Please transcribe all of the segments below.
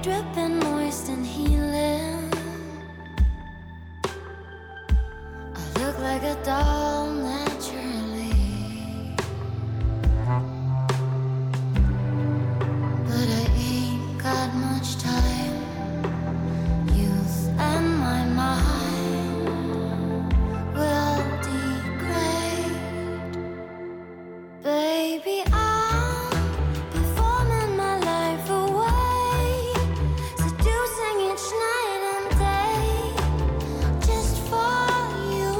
dripping moist and healing. I look like a doll naturally, but I ain't got much time. Youth and my mind will degrade. Baby, I'm performing my life away, seducing each night and day, just for you.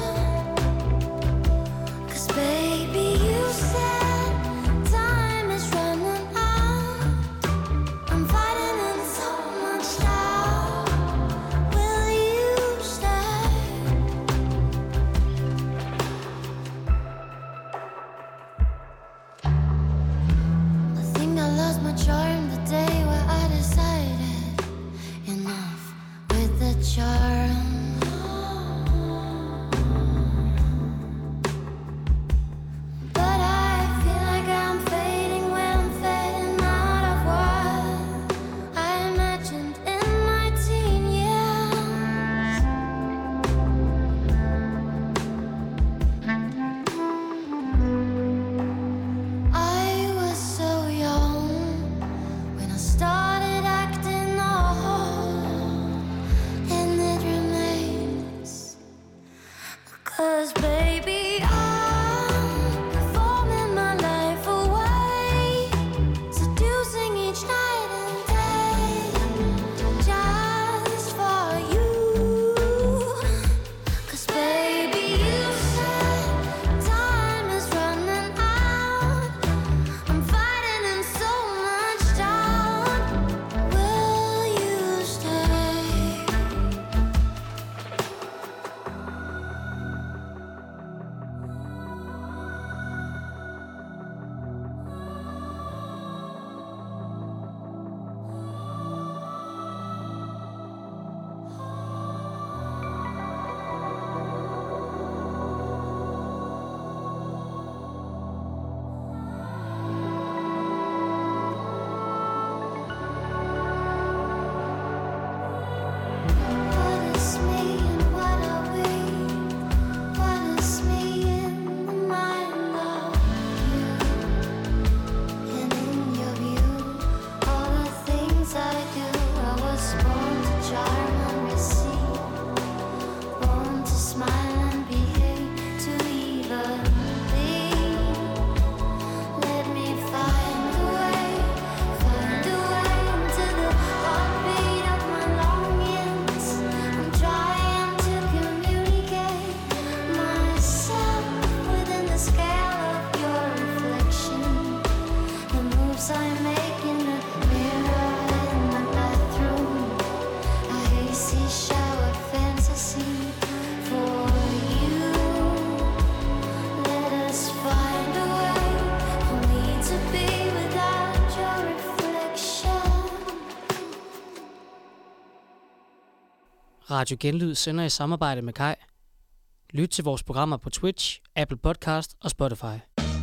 'Cause baby, you said time is running out. I'm fighting in so much doubt. Will you stay? I think I lost my charm the day where I decided enough with the charm. But I feel like I'm fading when I'm fading out of what I imagined in my teen years. I was so young when I started acting old, and it remains. 'Cause baby, I'm performing my life away, seducing each night and day, just for you. 'Cause baby, you said time is running out. I'm fighting in so much doubt. Will you stay? What is me and what are we? What is me in the mind of you? And in your view, all the things I do, I was born to charm and receive, born to smile and behave, to evenly. Let me find a way into the heartbeat of my longings. I'm trying to communicate myself within the scale of your reflection. The moves I make in the mirror in my bathroom, a hazy shower fantasy for you. Let us find a way for me to be without your reflection. Radio Genlyd sender i samarbejde med Kai. Lyt til vores programmer på Twitch, Apple Podcast og Spotify.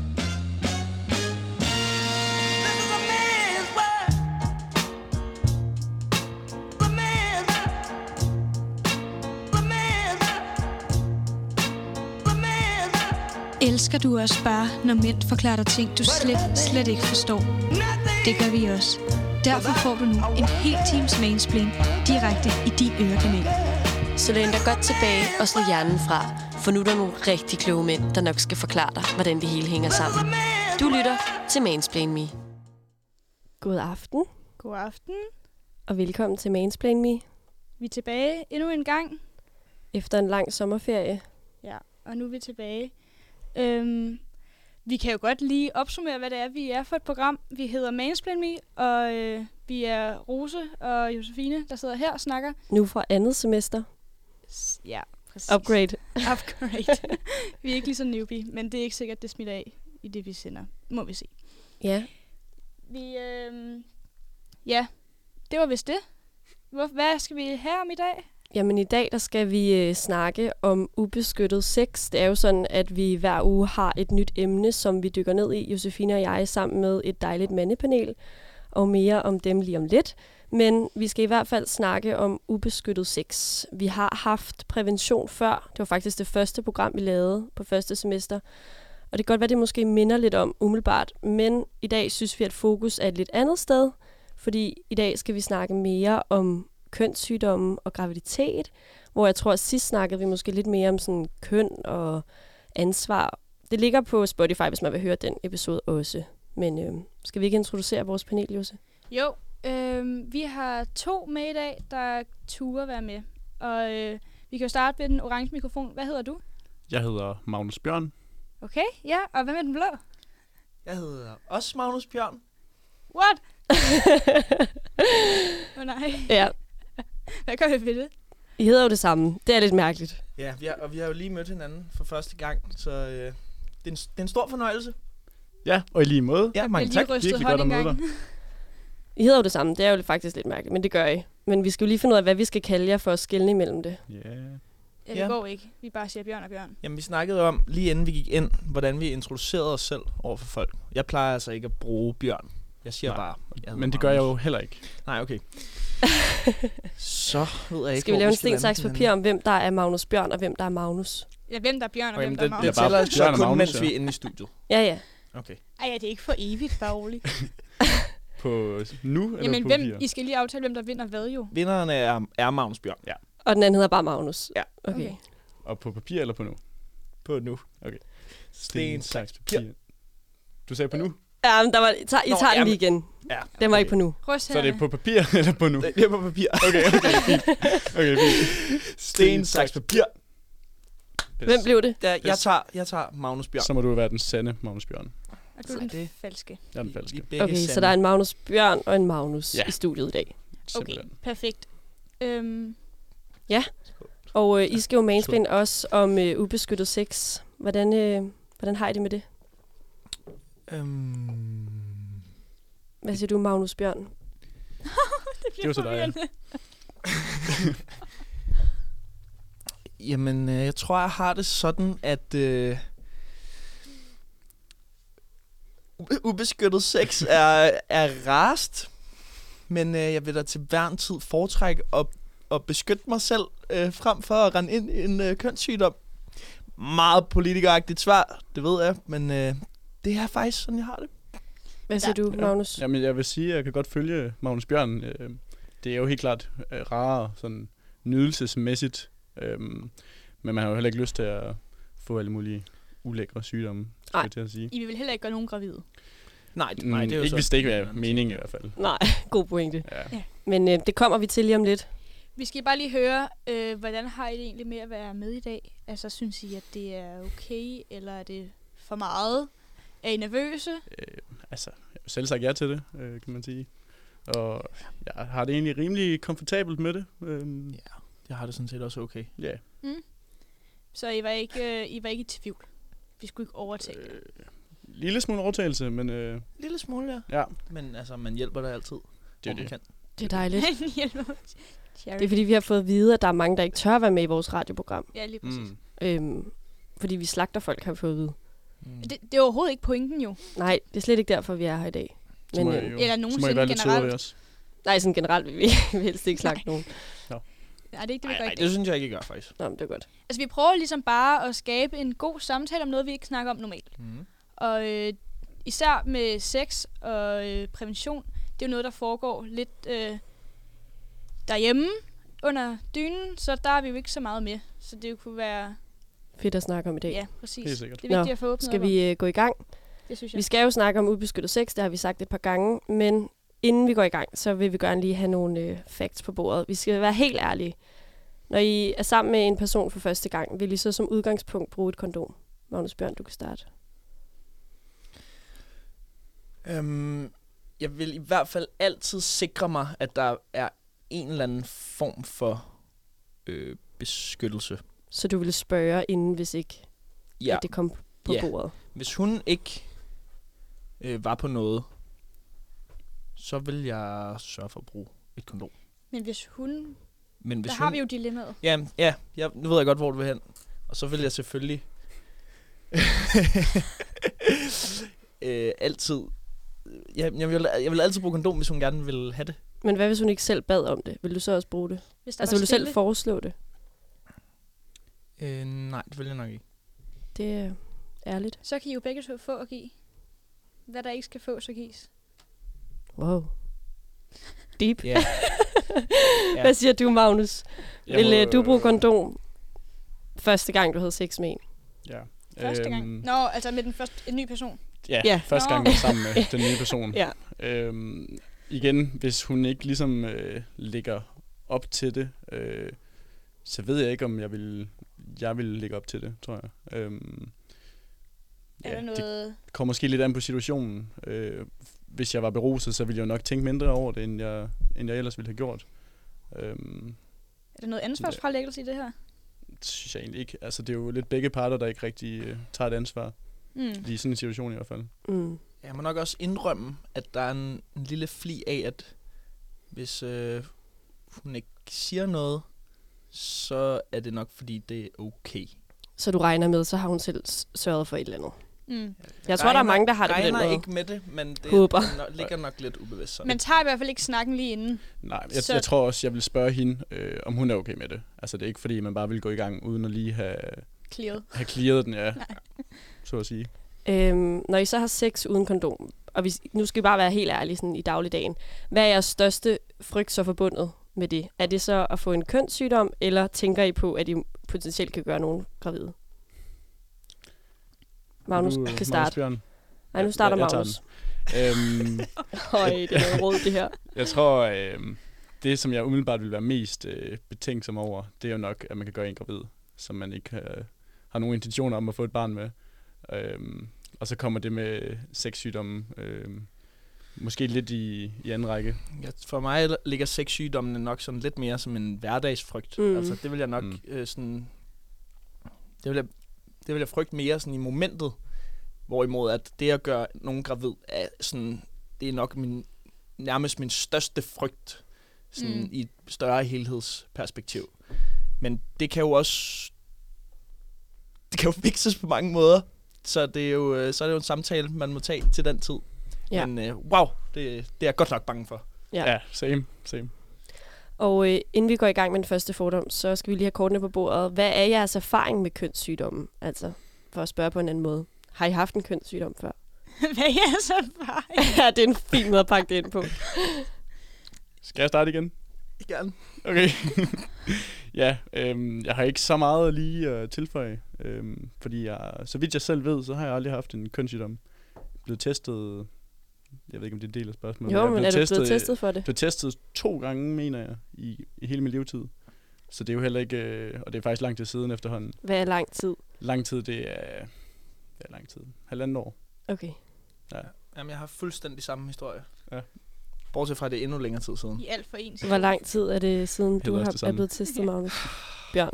Elsker du også bare, når mænd forklarer dig ting, du slet ikke forstår? Det gør vi også. Derfor får du nu en hel times mansplain direkte i din ørekanal. Så læn dig godt tilbage og slå hjernen fra, for nu er der nogle rigtig kloge mænd, der nok skal forklare dig, hvordan det hele hænger sammen. Du lytter til Mansplain Me. God aften, God aften. og velkommen til Mansplain Me. Vi er tilbage endnu en gang. Efter en lang sommerferie. Ja, og nu er vi tilbage. Vi kan jo godt lige opsummere, hvad det er, vi er for et program. Vi hedder Mansplain Me, og vi er Rose og Josefine, der sidder her og snakker. Nu fra andet semester. Ja, præcis. Upgrade. Upgrade. Vi er ikke lige så newbie, men det er ikke sikkert, det smitter af i det, vi sender. Må vi se. Ja. Vi, ja, det var vist det. Hvad skal vi have om i dag? Jamen i dag der skal vi snakke om ubeskyttet sex. Det er jo sådan, at vi hver uge har et nyt emne, som vi dykker ned i, Josefine og jeg, sammen med et dejligt mandepanel. og mere om dem lige om lidt. Men vi skal i hvert fald snakke om ubeskyttet sex. Vi har haft prævention før. Det var faktisk det første program, vi lavede på første semester. Og det kan godt være, det måske minder lidt om umiddelbart. Men i dag synes vi, at fokus er et lidt andet sted. Fordi i dag skal vi snakke mere om kønssygdomme og graviditet. Hvor jeg tror, at sidst snakkede vi måske lidt mere om sådan køn og ansvar. Det ligger på Spotify, hvis man vil høre den episode også. Men skal vi ikke introducere vores panel, Jose? Jo, vi har 2 med i dag, der turer være med. Og vi kan jo starte med den orange mikrofon. Hvad hedder du? Jeg hedder Magnus Bjørn. Okay, ja. Og hvad med den blå? Jeg hedder også Magnus Bjørn. What? Nej. Ja. Hvad gør vi ved det? I hedder jo det samme. Det er lidt mærkeligt. Ja, vi har jo lige mødt hinanden for første gang, så det er en stor fornøjelse. Ja, og i lige måde. Ja, mange Jeg tak. lige rystet Virkelig hånd godt at møde engang. I hedder jo det samme. Det er jo faktisk lidt mærkeligt, men det gør I. Men vi skal jo lige finde ud af, hvad vi skal kalde jer for at skelne imellem det. Ja. Ja, det Ja. går ikke. Vi bare siger Bjørn og Bjørn. Jamen, vi snakkede om, lige inden vi gik ind, hvordan vi introducerede os selv over for folk. Jeg plejer altså ikke at bruge Bjørn. Jeg siger Nej, bare, jeg hedder Men det gør jeg jo Magnus. heller ikke. Nej, okay. Så ved jeg ikke, Skal vi hvor lave en lande sten, saks, hinanden. papir om, hvem der er Magnus Bjørn og hvem der er Magnus? Ja, hvem der er Bjørn og Okay, hvem men der er det Magnus. bare tæller Bjørn så og kun, Magnus, mens ja. vi er inde i studiet. Ja, ja. Okay. Ej, ja, det er ikke for evigt, bare roligt. På nu eller Jamen, på hvem, papir? I skal lige aftale, hvem der vinder hvad jo. Vinderne er Magnus Bjørn. Ja. Og den anden hedder bare Magnus. Ja. Okay. Og på papir eller på nu? På nu. Okay. Sten, saks, papir. Du sagde på nu? Ja, men I tager den jamen. lige igen. Ja. Den var ikke på nu. Ryst Så er det hænderne. på papir eller på nu? Det er på papir. Okay, fint. Okay, fint. Sten, saks, papir. Hvem blev det? Jeg tager Magnus Bjørn. Så må du være den sande Magnus Bjørn. Og du er Nej, den det- falske. Jeg er den falske. Vi er begge Okay, så sande. der er en Magnus Bjørn og en Magnus Ja. i studiet i dag. Okay, Simpelthen. perfekt. Og I skal jo mansplaine os om ubeskyttet sex. Hvordan har I det med det? Hvad siger du, Magnus Bjørn? Det var så dig, ja. Jamen, jeg tror, jeg har det sådan, at ubeskyttet sex er rarest, men jeg vil da til hver en tid foretrække at beskytte mig selv, frem for at rende ind i en kønssygdom. Meget politikeragtigt svar, det ved jeg, men det er faktisk sådan, jeg har det. Hvad siger du, Magnus? Jamen, jeg vil sige, at jeg kan godt følge Magnus Bjørn. Det er jo helt klart rarere, sådan nydelsesmæssigt. Men man har jo heller ikke lyst til at få alle mulige ulækre sygdomme, skal Nej. jeg til at sige. I vil vel heller ikke gøre nogen gravide. Nej, det er jo ikke så. hvis det ikke er meningen i hvert fald. Nej, god pointe. Ja. Men det kommer vi til lige om lidt. Vi skal bare lige høre, hvordan har I det egentlig med at være med i dag? Altså, synes I, at det er okay, eller er det for meget? Er I nervøse? Altså, jeg har selv sagt ja til det, kan man sige. Og jeg har det egentlig rimelig komfortabelt med det. Jeg har det sådan set også okay. Ja. Så I var ikke i tvivl. Vi skulle ikke overtage det. Lille smule overtagelse, men Lille smule, ja. ja, Men altså, man hjælper dig altid. det er hvor man det. kan. Det er dejligt. Hjælp. Det er fordi, vi har fået at vide, at der er mange, der ikke tør være med i vores radioprogram. Ja, lige præcis. Fordi vi slagter folk, har vi fået at vide. Det er overhovedet ikke pointen jo. Nej, det er slet ikke derfor, vi er her i dag. Så må Men, I jo- eller så må I nogensinde være lidt sødere ved generelt. os. nej, sådan generelt vil vi helst ikke slagte nogen. Nej, det er ikke det, vi gør Nej, i dag. det synes jeg ikke, I gør, faktisk. Nå, men det er godt. Altså, vi prøver ligesom bare at skabe en god samtale om noget, vi ikke snakker om normalt. Mm. Og især med sex og prævention, det er jo noget, der foregår lidt derhjemme under dynen, så der er vi jo ikke så meget med. Så det kunne være... Fedt at snakke om i dag. Ja, præcis. Helt sikkert. Det er vigtigt at få åbnet Skal op om. vi gå i gang? Det synes jeg. Vi skal jo snakke om ubeskyttet sex, det har vi sagt et par gange, men inden vi går i gang, så vil vi gerne lige have nogle facts på bordet. Vi skal være helt ærlige. Når I er sammen med en person for første gang, vil I så som udgangspunkt bruge et kondom? Magnus Bjørn, du kan starte. Jeg vil i hvert fald altid sikre mig, at der er en eller anden form for beskyttelse. Så du ville spørge inden, hvis ikke Ja, at det kom på Ja. bordet? hvis hun ikke var på noget, så vil jeg sørge for at bruge et kondom. Men hvis hun... Men hvis Der hun... har vi jo dilemmaet. Ja, nu ved jeg godt, hvor du vil hen. Og så vil jeg selvfølgelig altid jeg vil altid bruge kondom, hvis hun gerne vil have det. Men hvad hvis hun ikke selv bad om det? Vil du så også bruge det? Hvis der Altså var vil du selv stille, foreslå det? Nej, det vil jeg nok ikke. Det er ærligt. så kan I jo begge to få og give. Hvad der ikke skal få, så gives. Wow. Deep. Ja. Ja. Hvad siger du, Magnus? Vil Jeg må- du bruge kondom første gang, du havde sex med en? Ja. Første gang. Nå, altså med en ny person. Ja, Ja. første gang Nå. jeg var sammen med den nye person. Ja. Igen, hvis hun ikke ligesom ligger op til det, så ved jeg ikke, om jeg vil lægge op til det, tror jeg. Er der noget... Det kommer måske lidt an på situationen. Hvis jeg var beruset, så ville jeg jo nok tænke mindre over det, end jeg ellers ville have gjort. Er der noget ansvarsfralæggelse i det her? Det synes jeg egentlig ikke. Altså, det er jo lidt begge parter, der ikke rigtig tager et ansvar. Lige i sådan en situation i hvert fald. Mm. Jeg må nok også indrømme, at der er en lille fli af, at hvis hun ikke siger noget, så er det nok, fordi det er okay. Så du regner med, så har hun selv sørget for et eller andet. Mm. Jeg tror, der er mange, der har det på den regner måde. ikke med det, men det Håber. ligger nok lidt ubevidst sådan. Man tager i hvert fald ikke snakken lige inden. Nej, Så- jeg tror også, jeg vil spørge hende, om hun er okay med det. Altså, det er ikke fordi, man bare vil gå i gang, uden at lige have clearet den, ja. Så at sige. Når I så har sex uden kondom, og nu skal vi bare være helt ærlige sådan i dagligdagen. Hvad er jeres største frygt så forbundet med det? Er det så at få en kønssygdom, eller tænker I på, at I potentielt kan gøre nogen gravide? Magnus kan starte. Bjørn? Nej, nu starter Jeg tager Magnus. Høj, det er noget råd, det her. Jeg tror, det som jeg umiddelbart vil være mest betænksom over, det er jo nok, at man kan gøre en gravid, som man ikke har nogen intentioner om at få et barn med. Og så kommer det med sexsygdomme måske lidt i anden række. Ja, for mig ligger sexsygdommene nok sådan lidt mere som en hverdagsfrygt. Altså, det vil jeg nok sådan... Det vil jeg frygte mere sådan i momentet, hvorimod at det at gøre nogen gravid er sådan, det er nok nærmest min største frygt sådan i et større helhedsperspektiv. Men det kan jo også fikses på mange måder, så det er jo en samtale man må tage til den tid. Ja. Men wow, det er jeg godt nok bange for. Ja. Ja, same. Og inden vi går i gang med den første fordom, så skal vi lige have kortene på bordet. Hvad er jeres erfaring med kønssygdommen? Altså, for at spørge på en anden måde. Har I haft en kønssygdom før? Hvad er jeres erfaring? Ja, det er en fin måde at pakke det ind på. Skal jeg starte igen? Gerne. Okay. Ja, jeg har ikke så meget lige at tilføje, fordi så vidt jeg selv ved, så har jeg aldrig haft en kønssygdom. Blevet testet, jeg ved ikke om det er en del af spørgsmålet. Jo, jeg men er du blevet testet for det? Blev testet 2 gange, mener jeg, i hele min levetid. Så det er jo heller ikke, og det er faktisk lang tid siden efterhånden. Hvad er lang tid? Lang tid, det er lang tid. 1,5 år. Okay. Ja. Jamen, jeg har fuldstændig samme historie. Ja. Bortset fra, at det er endnu længere tid siden. I alt for en. Hvor lang tid er det siden, du Heller også det er samme. blevet testet, Magnus? Bjørn,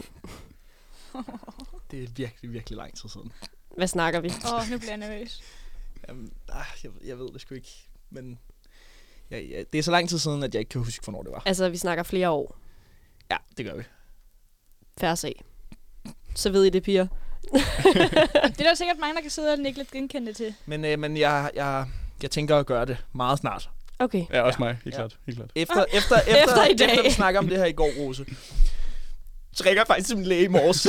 Det er virkelig, virkelig lang tid siden. hvad snakker vi? Nu bliver jeg nervøs. Jamen, jeg ved det sgu ikke. Men det er så lang tid siden, at jeg ikke kan huske, hvornår det var. Altså, vi snakker flere år. Ja, det gør vi. Færre sag. Så ved I det, piger. Det er der sikkert mange, der kan sidde og nikke lidt genkendte til. Men jeg tænker at gøre det meget snart. Okay. Ja, også Ja. mig, helt klart. Efter i dag. Efter vi snakker om det her i går, Rose, så ringer jeg faktisk til min læge i morges.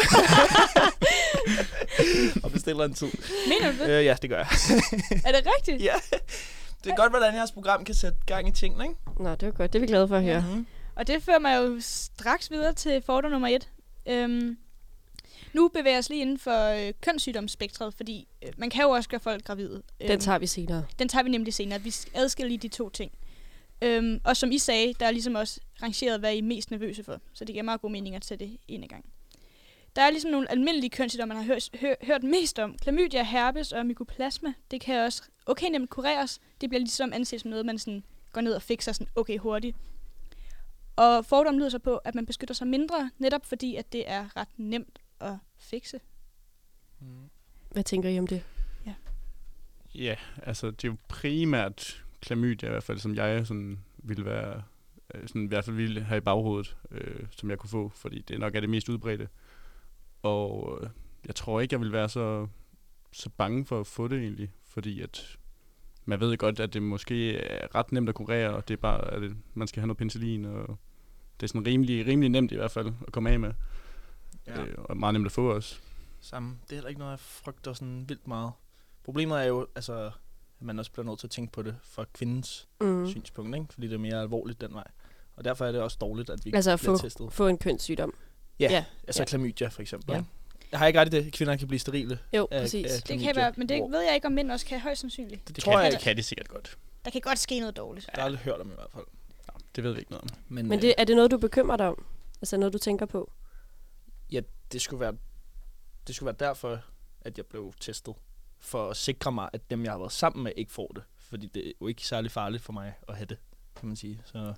Og bestiller en tid. Mener du det? Ja, det gør jeg. Er det rigtigt? Ja. Det er godt, hvordan jeres program kan sætte gang i tingene, ikke? Nå, det var godt. Det er vi glade for at høre. Mhm. Og det fører mig jo straks videre til fordom nummer 1. Nu bevæger jeg os lige inden for kønssygdomsspektret, fordi man kan jo også gøre folk gravide. Den tager vi senere. Den tager vi nemlig senere. Vi adskiller lige de to ting. Og som I sagde, der er ligesom også rangeret, hvad I er mest nervøse for. Så det giver meget god mening at tage det en af gang. Der er ligesom nogle almindelige kønssygdomme, man har hørt mest om. Klamydia, herpes og mykoplasma. Det kan også okay nemt kureres. Det bliver ligesom anset som noget, man sådan går ned og fikser sådan okay hurtigt. Og fordommen lyder så på, at man beskytter sig mindre, netop fordi, at det er ret nemt at fikse. Hvad tænker I om det? Ja, altså det er jo primært klamydia i hvert fald, som jeg sådan ville være, sådan i hvert fald ville have i baghovedet, som jeg kunne få, fordi det nok er det mest udbredte. Og jeg tror ikke, jeg vil være så bange for at få det egentlig, fordi at man ved godt, at det måske er ret nemt at kurere, og det er bare, at man skal have noget penicillin, og det er sådan rimelig nemt i hvert fald at komme af med. Ja. Og meget nemt at få også. Samme. Det er heller ikke noget, jeg frygter sådan vildt meget. Problemet er jo, altså, at man også bliver nødt til at tænke på det fra kvindens synspunkt, ikke? Fordi det er mere alvorligt den vej. Og derfor er det også dårligt, at vi Altså at bliver testet. få en kønssygdom. Ja, altså klamydia for eksempel. Ja. Ja. Jeg har ikke ret i det, kvinder kan blive sterile. Jo, præcis. Det kan være, men det ved jeg ikke, om mænd også kan højst sandsynligt. Det tror jeg Det ikke. kan det sikkert godt. Der kan godt ske noget dårligt. Jeg har aldrig hørt om i hvert fald. Ja, det ved vi ikke noget om. Men er det noget, du bekymrer dig om? Altså noget, du tænker på? Ja, det skulle være derfor, at jeg blev testet. For at sikre mig, at dem, jeg har været sammen med, ikke får det. Fordi det er jo ikke særlig farligt for mig at have det, kan man sige. Så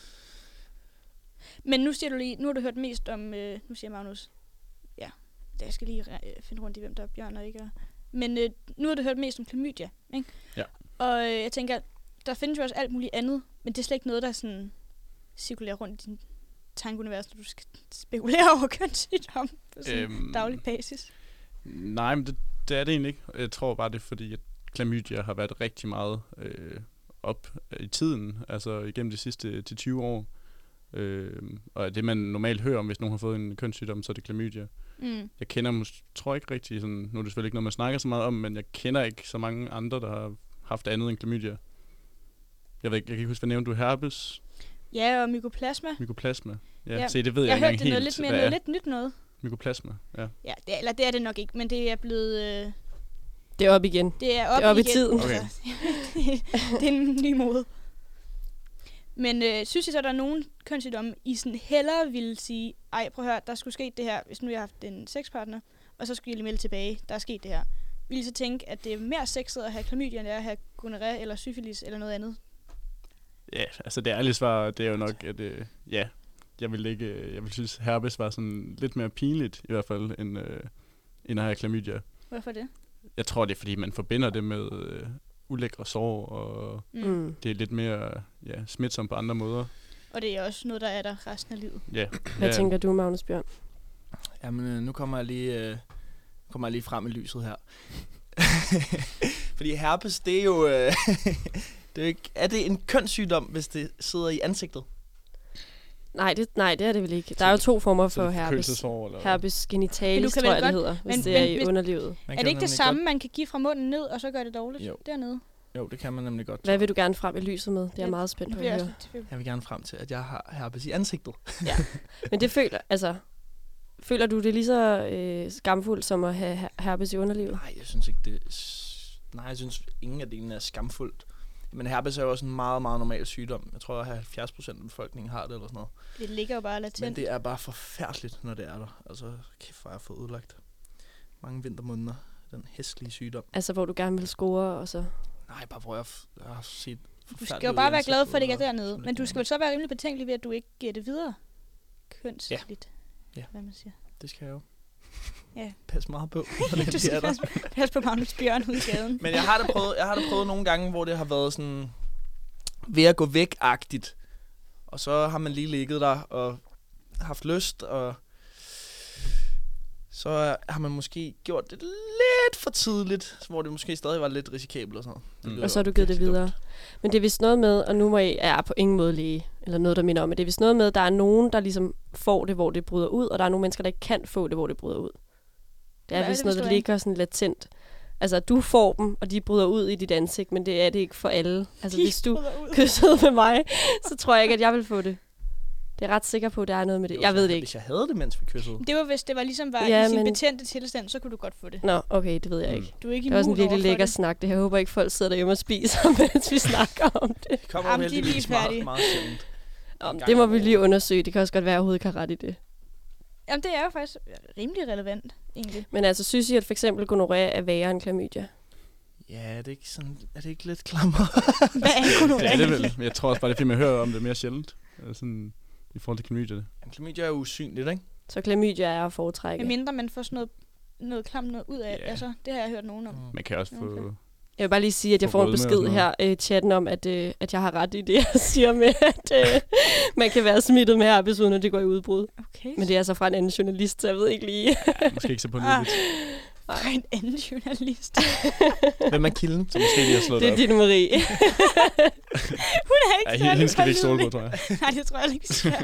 Men nu siger du lige, nu har du hørt mest om, nu siger Magnus, ja, jeg skal lige finde rundt i, hvem der er Bjørn og ikke er. Men nu har du hørt mest om klamydia, ikke? Ja. Og jeg tænker, der findes jo også alt muligt andet, men det er slet ikke noget, der sådan cirkulerer rundt i din tankeunivers, når du skal spekulere over kønssygdom på sådan daglig basis. Nej, men det er det egentlig ikke. Jeg tror bare, det er fordi, at klamydia har været rigtig meget op i tiden, altså igennem de sidste 10-20 år. Og det, man normalt hører om, hvis nogen har fået en kønssygdom, så er det klamydia. Jeg kender, tror ikke rigtig, sådan, nu er det selvfølgelig ikke noget, man snakker så meget om, men jeg kender ikke så mange andre, der har haft andet end klamydia. Jeg kan ikke huske, hvad nævnte du? Herpes? Ja, og mykoplasma. Mykoplasma. Ja, Ja. se, det ved jeg, Jeg ikke hørte det engang helt. noget lidt nyt noget. Mykoplasma, ja. Ja, det er det nok ikke, men det er blevet... Det er op igen. Det er op igen. i tiden. Okay. Det er en ny mode. Men synes I så, der er nogen kønssygdomme, I sådan hellere ville sige, ej, prøv at høre, der skulle ske det her, hvis nu jeg har haft en sexpartner, og så skulle jeg lige melde tilbage, der er sket det her. Vil I så tænke, at det er mere sexet at have klamydia, end det er at have gonorrhea eller syfilis eller noget andet? Ja, altså det ærlige svar, det er jo nok, at ja, jeg vil synes, herpes var sådan lidt mere pinligt, i hvert fald, end at have klamydia. Hvorfor det? Jeg tror, det er, fordi man forbinder det med ulækre sår, og det er lidt mere smitsomt på andre måder. Og det er også noget, der er der resten af livet. Ja. Hvad tænker du, Magnus Bjørn? jamen, nu kommer jeg lige frem i lyset her. Fordi herpes, det er jo... det er, ikke, er det en kønssygdom, hvis det sidder i ansigtet? Nej, det er det vel ikke. Der er jo to former for herpes. Eller? Herpes genitalis, kan tror vel jeg, det godt- hedder, hvis men- det er men i hvis- underlivet. Er det ikke det samme, man kan give fra munden ned, og så gør det dårligt Jo. dernede? Jo, det kan man nemlig godt. Hvad vil du gerne frem i lyset med? Det er jeg Ja, meget spændt Nu på bliver at jeg høre. også lidt i tvivl. Jeg vil gerne frem til, at jeg har herpes i ansigtet. Men det føler du det lige så skamfuldt som at have herpes i underlivet? Nej, jeg synes ikke, jeg synes ingen af delene er skamfuldt. Men herpes er jo også en meget, meget normal sygdom. Jeg tror, at 70% af befolkningen har det eller sådan noget. Det ligger jo bare latent. Men det er bare forfærdeligt, når det er der. Altså, kæft, hvor har jeg fået udlagt mange vintermåneder. Den hæslige sygdom. Altså, hvor du gerne vil score, og så... Nej, bare hvor jeg har set Du skal jo bare være glad for, at det ikke er dernede. Men du skal vel så være rimelig betænkelig ved, at du ikke giver det videre kønsligt. Ja. Hvad man siger. Det skal jeg jo. Ja. Pas meget på. Du skal pas på Magnus Bjørn ude i gaden. Men jeg har da prøvet nogle gange, hvor det har været sådan ved at gå væk-agtigt. Og så har man lige ligget der og haft lyst, og så har man måske gjort det lidt for tidligt, hvor det måske stadig var lidt risikabelt og sådan noget. Og så har du givet det videre. Men det er vist noget med, og nu må jeg på ingen måde læge, eller noget, der minder om, men det er vist noget med, at der er nogen, der ligesom får det, hvor det bryder ud, og der er nogle mennesker, der ikke kan få det, hvor det bryder ud. Det er vist noget, der ligger sådan latent. Altså, du får dem, og de bryder ud i dit ansigt, men det er det ikke for alle. Altså, hvis du kyssede med mig, så tror jeg ikke, at jeg vil få det. Det er ret sikker på, at der er noget med det. Jeg ved det ikke. Hvis jeg havde det, mens vi kyssede. Det var, hvis det var ligesom var Ja, i sin men- betændte tilstand, så kunne du godt få det. Nå, okay, det ved jeg ikke. Du er ikke Det var sådan immun virkelig overfor lækker det. snak. Det her. Jeg håber ikke, folk sidder derhjemme og spiser, mens vi snakker om det. Det kommer Jamen, jo de er lige heldigvis meget, færdige. meget sjældent. Det må vi lige undersøge. Det kan også godt være, at jeg overhovedet ikke har ret i det. Jamen, det er jo faktisk rimelig relevant, egentlig. Men altså, synes I, at for eksempel gonorrhea er værre end klamydia? Ja, er det ikke sådan, er det ikke lidt klammer? Hvad er Det gonorrhea? er det vel. Men jeg tror også bare, det er fordi, man hører om det mere sjældent. Sådan, i forhold til klamydia. Jamen, klamydia er jo usynligt, ikke? Så klamydia er at foretrække. Med mindre man får sådan noget klamt noget ud af. Ja. Altså, det har jeg hørt nogen om. Man kan også få... Okay. Jeg vil bare lige sige, at jeg Få får en rødme og besked sådan her i chatten om, at jeg har ret i det, jeg siger med, at man kan være smittet med herpes, uden at det går i udbrud. Okay. Men det er altså fra en anden journalist, så jeg ved ikke lige. Ja, måske ikke så pålideligt. fra en anden journalist. Hvem er kilden? Så måske de har slået Det er op. Ditte Marie. Hun er ikke Ja, særlig hende skal vi ikke stole på, pålidelig. tror jeg. Nej, det tror jeg ikke, vi skal.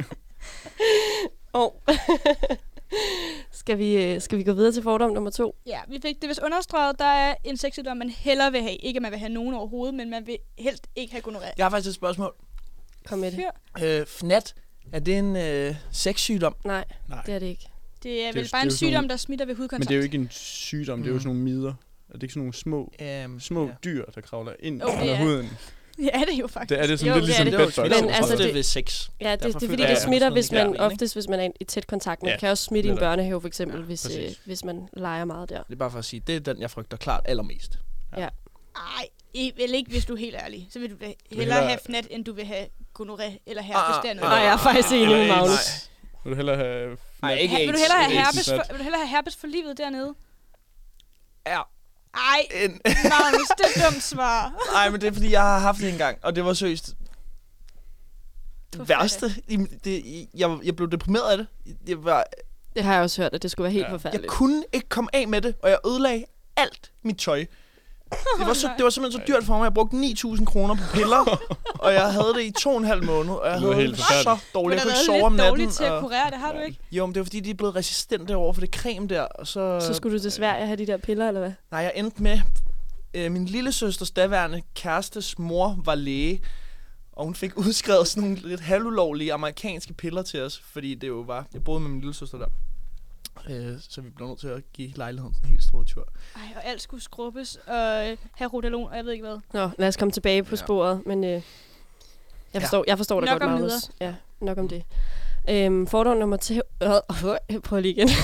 Skal vi gå videre til fordom nummer 2? Ja, vi fik det vist understreget. Der er en sexsygdom, man hellere vil have. Ikke, at man vil have nogen overhovedet, men man vil helst ikke have gonorrhea. Jeg har faktisk et spørgsmål. Kom med det. Fyr. FNAT, er det en sexsygdom? Nej, Nej. det er det ikke. Det er jo- vel det bare er en jo sådan sygdom, nogle- der smitter ved hudkontakt. Men det er jo ikke en sygdom, det er jo sådan nogle midder. Er det ikke sådan nogle små Ja. dyr, der kravler ind Jo, det under er. huden? Det er det jo faktisk. Det er det sådan Jo, lidt det er ligesom det. Det er jo bedbugs. smitter Men jo altså, ofte det- ved sex. Ja, det Derfor er fordi, føler det jeg, smitter, sådan hvis noget man ikke, ikke? oftest, hvis man er i tæt kontakt. Man Ja, kan også smitte i en netop. børnehave, for eksempel, Ja, præcis. hvis man leger meget der. Det er bare for at sige, det er den, jeg frygter klart allermest. Ej, vel ikke, hvis du er helt ærlig. Så vil du hellere hellere- have FNAT, end du vil have gonorrhea eller herpes. Det er noget. Nej, jeg er faktisk enig med Eller Magnus. AIDS. Vil du hellere have... Nej, ikke Vil du AIDS. hellere have AIDS herpes snat. vil du hellere have herpes for livet dernede? Ja. Ej, Magnus, det er et dumt svar. Nej, men det er fordi, jeg har haft det engang, og det var seriøst det Forfærdeligt. værste. Jeg blev deprimeret af det. Det har jeg også hørt, at det skulle være helt Ja. Jeg forfærdeligt. kunne ikke komme af med det, og jeg ødelagde alt mit tøj. Det var simpelthen så dyrt for mig. Jeg brugte 9.000 kroner på piller, og jeg havde det i 2,5 måneder, og jeg Det var havde helt det så forfærdeligt. Du dårligt. har Jeg kunne da ikke været sove om lidt natten. dårlig til at og- kurere, det har du ikke. Jo, men det var fordi, de er blevet resistente over for det creme der, og Så skulle du til Sverige have de der piller, eller hvad? Nej, jeg endte med... min lillesøsters daværende kærestes mor var læge, og hun fik udskrevet sådan nogle lidt halvulovlige amerikanske piller til os, fordi det jo var... Jeg boede med min lillesøster der. Så vi blev nødt til at give lejligheden en helt stor tur. Ej, og alt skulle skrubbes og have rodalon, og jeg ved ikke hvad. Nå, lad os komme tilbage på Ja. sporet, men jeg forstår dig Nok godt, om Magnus. Ja, nok om det. Fordom nummer 2... Prøv lige igen.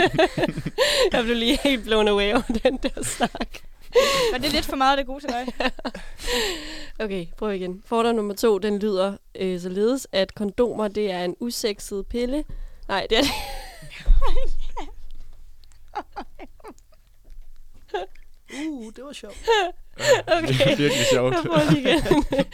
Jeg blev lige helt blown away over den der snak. Var det lidt for meget af det gode til dig? Okay, prøv igen. Fordom nummer 2, den lyder således, at kondomer, det er en usekset pille. Nej, det er det. Det var sjovt. Okay. Det er virkelig sjovt. Jeg prøver lige igen.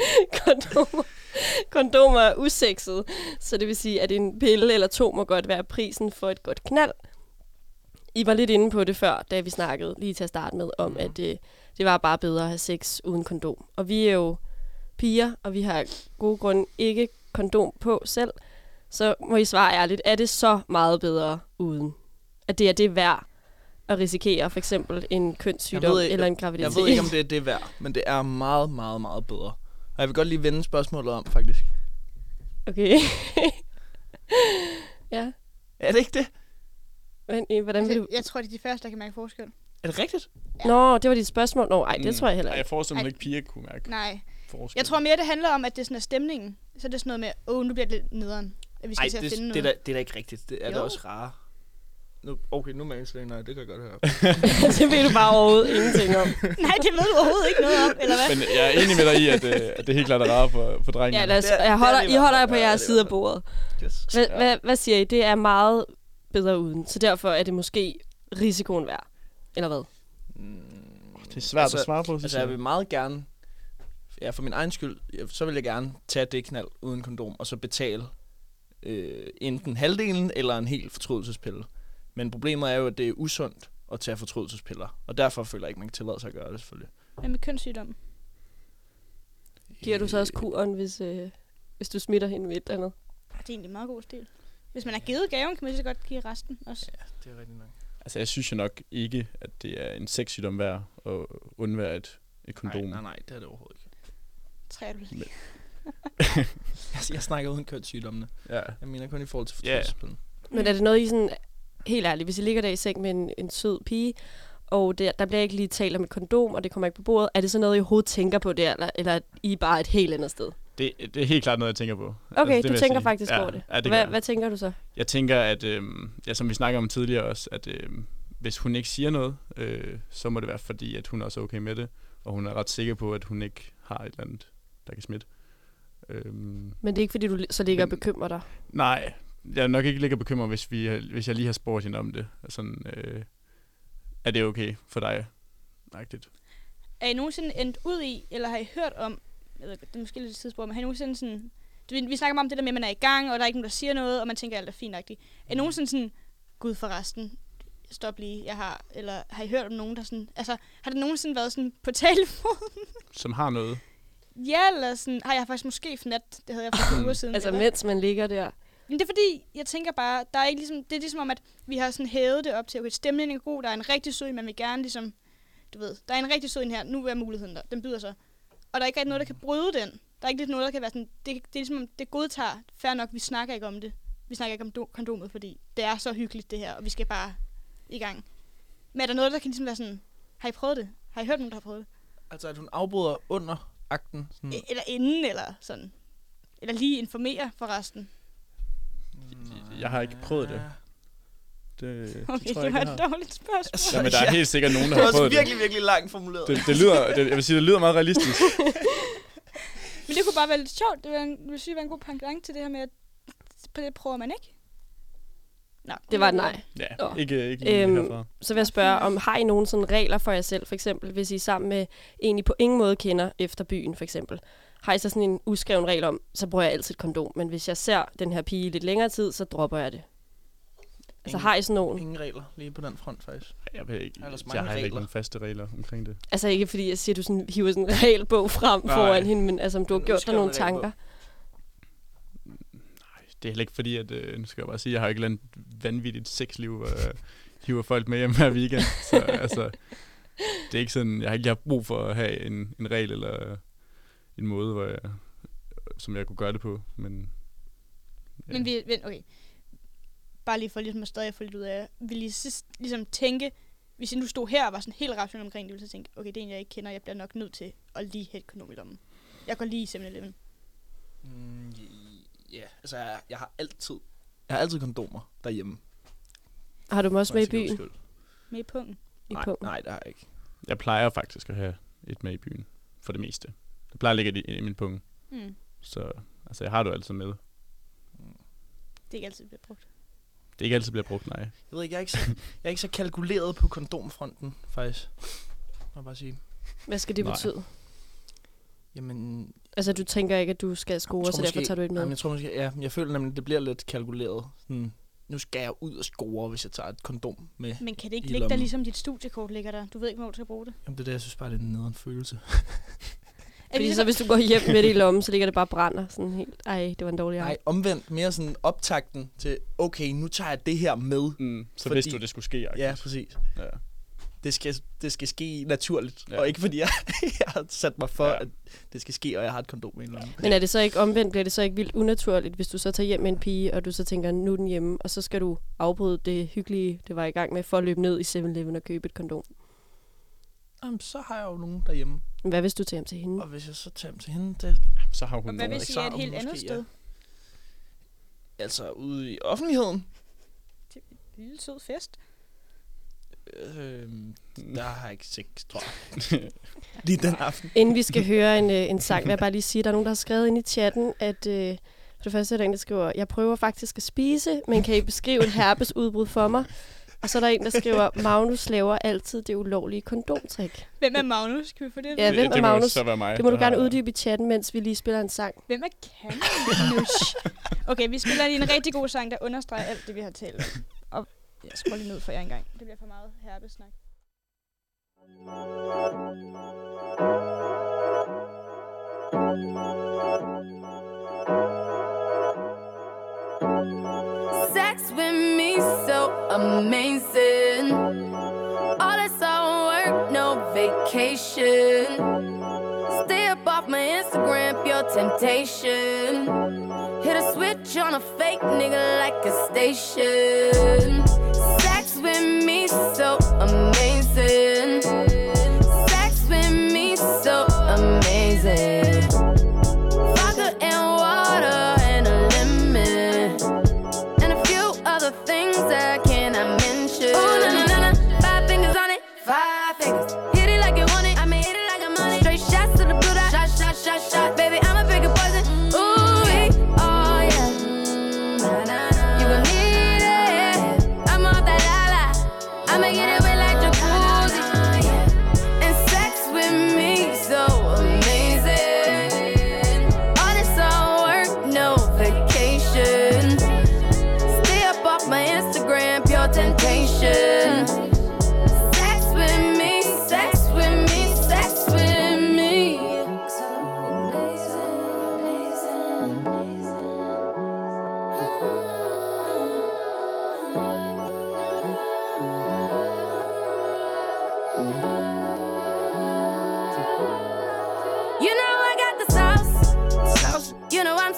Kondomer er usekset, så det vil sige, at en pille eller to må godt være prisen for et godt knald. I var lidt inde på det før, da vi snakkede lige til at starte med, om at det var bare bedre at have sex uden kondom. Og vi er jo piger, og vi har gode grunde ikke kondom på selv. Så må I svare ærligt, er det så meget bedre uden? At det er det værd at risikere for eksempel en kønssygdom eller en graviditet? Jeg ved ikke, om det er det værd, men det er meget, meget, meget bedre. Og jeg vil godt lige vende spørgsmålet om, faktisk. Okay. Ja. Er det ikke det? Men hvordan vil du... Jeg tror, det er de første, der kan mærke forskel. Er det rigtigt? Nå, det var dit spørgsmål. Nå, ej, det tror jeg heller Nej, ikke. jeg forestiller mig Ej. ikke, piger kunne mærke Nej. forskel. Jeg tror mere, det handler om, at det sådan er stemningen. Så er det sådan noget med, nu bliver det lidt nederen. At vi skal Nej, til at finde det, noget. det er da ikke rigtigt. Det er da Jo. også rare. Nu, okay, nu er jeg slet nej, det kan jeg godt høre. Det ved du bare overhovedet ingenting om. Nej, det ved du overhovedet ikke noget om, eller hvad? Men jeg er enig med dig i, at det helt klart er rare for drengene. Ja, lad os, Det er- det er det i I holder hvert jer fald. på Ja, jeres det er side i af hvert bordet. Yes. Hvad siger I? Det er meget bedre uden, så derfor er det måske risikoen værd. Eller hvad? Det er svært at svare på, synes Altså, jeg vil meget gerne, for min egen skyld, så vil jeg gerne tage det knald uden kondom, og så betale enten halvdelen eller en hel fortrydelsespille. Men problemet er jo, at det er usundt at tage fortrydelsespiller, og derfor føler jeg ikke, man kan tillade sig at gøre det, selvfølgelig. Hvad med kønssygdom? Giver du så også kuren, hvis du smitter hende med et eller andet? Det er egentlig en meget god stil. Hvis man har givet gaven, kan man lige så godt give resten også. Ja, det er rigtigt nok. Altså, jeg synes jo nok ikke, at det er en sexsygdom værd at undvære et kondom. Nej, det er det overhovedet ikke. Træer du lige. Jeg snakker uden kønssygdommene. Ja. Jeg mener kun i forhold til Ja. fortrydelsespillen. Men er det noget, I sådan... Helt ærligt, hvis I ligger der i seng med en sød pige, og der bliver ikke lige talt om et kondom, og det kommer ikke på bordet, er det så noget, I overhovedet tænker på det, eller er I bare et helt andet sted? Det er helt klart noget, jeg tænker på. Okay, det du vil jeg tænker sige. faktisk over det. Ja, det gør jeg. Hvad tænker du så? Jeg tænker, at som vi snakker om tidligere også, at hvis hun ikke siger noget, så må det være fordi, at hun også er okay med det, og hun er ret sikker på, at hun ikke har et eller andet, der kan smitte. Men det er ikke, fordi du så ligger og bekymrer dig? Nej, jeg er nok ikke ligger bekymret, hvis jeg lige har spurgt hende om det. Sådan, er det okay for dig? Rigtigt. Er I nogensinde endt ud i, eller har I hørt om, jeg ved, det er måske lidt et tidsspor, men har I nogensinde sådan, vi snakker om det der med, at man er i gang, og der er ikke nogen, der siger noget, og man tænker, at alt er fint-agtigt. Er I nogensinde sådan, gud for resten, stop lige, jeg har, eller har I hørt om nogen, der sådan, altså, har det nogensinde været sådan på telefonen? Som har noget. Ja, eller sådan, har jeg faktisk måske fnat, det havde jeg for 2 uger siden. Altså, eller? mens man ligger der. Men det er fordi, jeg tænker bare, der er ikke ligesom, det er ligesom om, at vi har sådan hævet det op til, okay, stemningen er god, der er en rigtig sød, man vil gerne ligesom, du ved, der er en rigtig sød her, nu er muligheden der, den byder sig. Og der er ikke rigtig noget, der kan bryde den. Der er ikke lidt noget, der kan være sådan, det er ligesom, om det godtager, fair nok, vi snakker ikke om det. Vi snakker ikke om kondomet, fordi det er så hyggeligt det her, og vi skal bare i gang. Men er der noget, der kan ligesom være sådan, har I prøvet det? Har I hørt nogen, der har prøvet det? Altså, at hun afbryder under akten? Sådan. Eller inden, eller sådan. Eller lige informere for resten. Jeg har ikke prøvet det. Okay, tror det jeg var ikke, et jeg har. dårligt spørgsmål. Jamen, der er helt sikkert nogen, der Det har var prøvet også virkelig, virkelig langt formuleret. Jeg vil sige, det lyder meget realistisk. Men det kunne bare være lidt sjovt. Det vil sige, være en god pendant til det her med, at på det prøver man ikke. Nå, Det var et nej. Ja, ikke herfra. Så vil jeg spørge, om har I nogle sådan regler for jer selv, for eksempel, hvis I er sammen med en, I på ingen måde kender efter byen, for eksempel. Har I så sådan en uskreven regel om, så bruger jeg altid et kondom, men hvis jeg ser den her pige i lidt længere tid, så dropper jeg det. Altså har I sådan nogen? Ingen regler lige på den front, faktisk. Jeg ved ikke. Ellers Jeg mange har heller ikke regler. nogen faste regler omkring det. Altså ikke fordi jeg siger, at du sådan, hiver sådan en regelbog frem foran hende, men altså om du har En gjort dig nogle uskreven tanker. Det er heller ikke fordi, at nu skal jeg bare sige, jeg har ikke et eller andet vanvittigt sexliv, og hiver folk med hjem hver weekend. Så altså, det er ikke sådan, jeg har ikke haft brug for at have en regel eller en måde, som jeg kunne gøre det på. Men okay. Bare lige for ligesom at stadig få lidt ud af, vil I sidst ligesom tænke, hvis I nu stod her og var sådan helt rationel omkring det, ville så tænke, okay, det er en, jeg ikke kender, jeg bliver nok nødt til at lige have et kondom i lommen. Jeg går lige i 7-Eleven. Ja, altså jeg har altid kondomer derhjemme. Har du dem også For med i en sikkerheds byen? skyld. Med i pungen. Nej, det har jeg ikke. jeg plejer faktisk at have et med i byen, for det meste. Jeg plejer at lægge det i min punge. Mm. Så altså, jeg har det jo altid med. Det er ikke altid bliver brugt. Det ikke altid bliver brugt, nej. Jeg ved ikke, jeg er ikke så kalkuleret på kondomfronten, faktisk. Må jeg bare sige. Hvad skal det Nej. betyde? Jamen, Altså du tænker ikke, at du skal score, så derfor tager du et med? Jamen, jeg tror måske, ja, jeg føler nemlig, at det bliver lidt kalkuleret. Sådan, nu skal jeg ud og score, hvis jeg tager et kondom med. Men kan det ikke i ligge der, lommen. ligesom dit studiekort ligger der? Du ved ikke, hvor du skal bruge det. Jamen, det er det, jeg synes bare, det er en nederen følelse. Fordi så hvis du går hjem med det i lommen, så ligger det bare og brænder sådan helt. Ej, det var en dårlig Nej, art. omvendt mere sådan optakten til, okay, nu tager jeg det her med. Så Fordi- vidste du, det skulle ske. Ja, præcis. Ja. Det skal ske naturligt, Ja. og ikke fordi jeg har sat mig for, Ja. at det skal ske, og jeg har et kondom i en lomme. Men er det så ikke omvendt? Bliver det så ikke vildt unaturligt, hvis du så tager hjem med en pige, og du så tænker, nu er den hjemme, og så skal du afbryde det hyggelige, det var i gang med, for at løbe ned i 7-Eleven og købe et kondom? Jamen, så har jeg jo nogen derhjemme. Men hvad hvis du tager hjem til hende? Og hvis jeg så tager dem til hende, det, Så har Og hun hvad noget. hvis I er et helt Måske, andet ja. sted? altså ude i offentligheden, En lille sød fest. der har jeg ikke sex, tror jeg. Lige den aften. Inden vi skal høre en sang, vil jeg bare lige sige, at der er nogen, der har skrevet ind i chatten, at for det første er der en, der skriver, jeg prøver faktisk at spise, men kan I beskrive et herpesudbrud for mig? Og så er der en, der skriver, Magnus laver altid det ulovlige kondomtrik. Hvem er Magnus? Kan vi få det? Ja, hvem er det må Magnus? så være mig. Det må du der gerne har- uddybe i chatten, mens vi lige spiller en sang. Hvem er Magnus? Okay, vi spiller lige en rigtig god sang, der understreger alt det, vi har talt om. Og jeg skruer lige ned for jer engang. Det bliver for meget herpesnak. Sex with me so amazing. All this all work, no vacation. Stay up off my Instagram, pure temptation. Hit a switch on a fake nigga like a station. Sex with me so amazing. Sex with me so amazing. Vodka and water and a lemon. And a few other things I cannot mention. Ooh, na na na na, 5 fingers on it, 5 fingers. Hit it like you want it, I mean hit it like I'm on it. Straight shots to the blue dot, shot, shot, shot, shot. Baby, I'm a bigger poison. Ooh, oh yeah. Na, na, na. You gon' need it. I'm off that la la. I'ma get it wet like jacuzzi.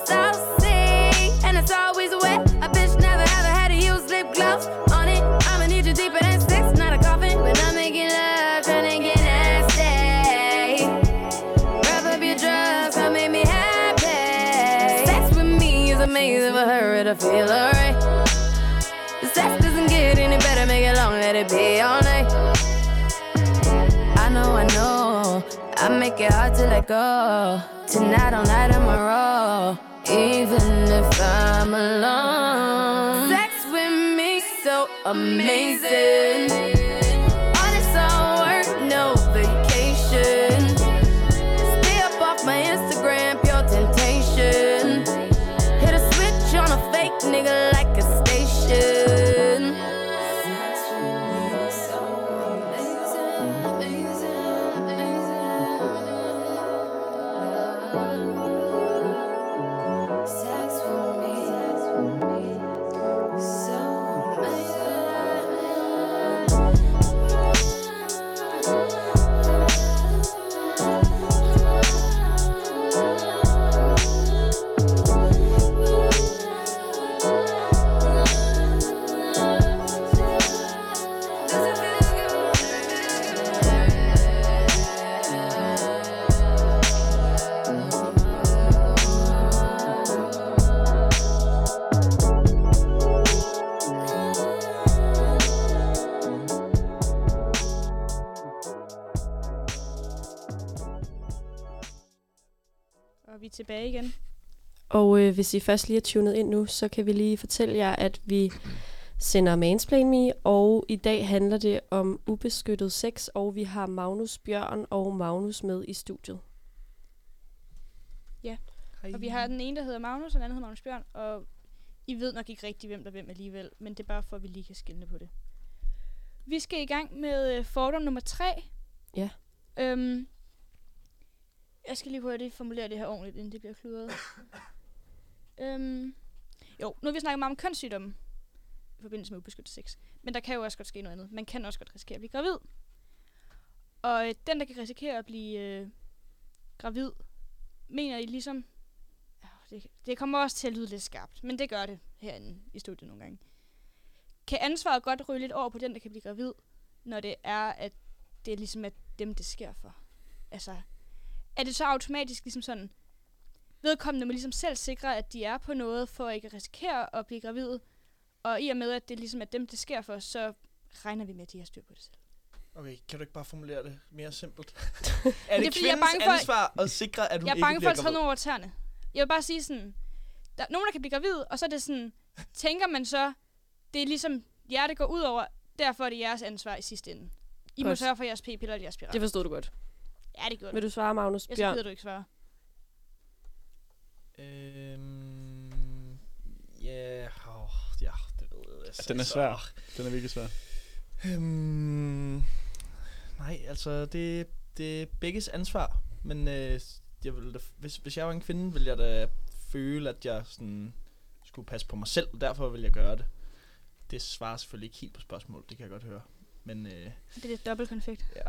South Sea, and it's always wet. A bitch never ever had to use lip gloss on it. I'ma need you deeper than sex, not a coffin. When I'm making love, tryna get nasty. Wrap up your drugs, come make me happy. Sex with me is amazing for her to feel alright. The sex doesn't get any better, make it long, let it be all night. I know, I make it hard to let go. Tonight all night I'm a roll, even if I'm alone. Sex with me so amazing. All this all work, no vacation. Stay up off my Instagram, pure temptation. Hit a switch on a fake nigga like a station. Sex with me so amazing. Sex with me so Og vi er tilbage igen. Og hvis I først lige er tunet ind nu, så kan vi lige fortælle jer, at vi sender Mansplain Me, og i dag handler det om ubeskyttet sex, og vi har Magnus Bjørn og Magnus med i studiet. Ja, og vi har den ene, der hedder Magnus, og den anden hedder Magnus Bjørn, og I ved nok ikke rigtig, hvem der er hvem alligevel, men det er bare for, at vi lige kan skelne på det. Vi skal i gang med fordom nummer 3. Ja. Jeg skal lige hurtigt formulere det her ordentligt, inden det bliver kludret. Jo, nu har vi snakket meget om kønssygdomme i forbindelse med ubeskyttet sex. Men der kan jo også godt ske noget andet. Man kan også godt risikere at blive gravid. Og den, der kan risikere at blive gravid, mener I ligesom... Det kommer også til at lyde lidt skarpt, men det gør det herinde i studiet nogle gange. Kan ansvaret godt ryge lidt over på den, der kan blive gravid, når det er, at det er ligesom at dem, det sker for? Altså, er det så automatisk ligesom sådan, vedkommende må ligesom selv sikre, at de er på noget, for at ikke risikere at blive gravid, og i og med, at det ligesom er dem, det sker for, så regner vi med, at de har styr på det selv. Okay, kan du ikke bare formulere det mere simpelt? Er det fordi, kvindens ansvar at sikre, at hun ikke bliver gravid? Jeg er bange for at træde nogen over tæerne. Jeg vil bare sige sådan, der er nogen, der kan blive gravid, og så er det sådan, tænker man så, det er ligesom jer, det går ud over, derfor er det jeres ansvar i sidste ende. I må sørge for jeres p-piller og jeres spiral. Det forstod du godt. Ja, det gjorde Vil du svare, Magnus Bjørn? Jeg så gider du ikke svare. Ja, det ved jeg. Altså, den er svær. Den er virkelig svær. Nej, altså, det er begges ansvar. Men jeg vil da, hvis jeg var en kvinde, ville jeg da føle, at jeg sådan skulle passe på mig selv. Derfor vil jeg gøre det. Det svarer selvfølgelig ikke helt på spørgsmålet, det kan jeg godt høre. Men, det er lidt dobbeltkonflikt. Ja.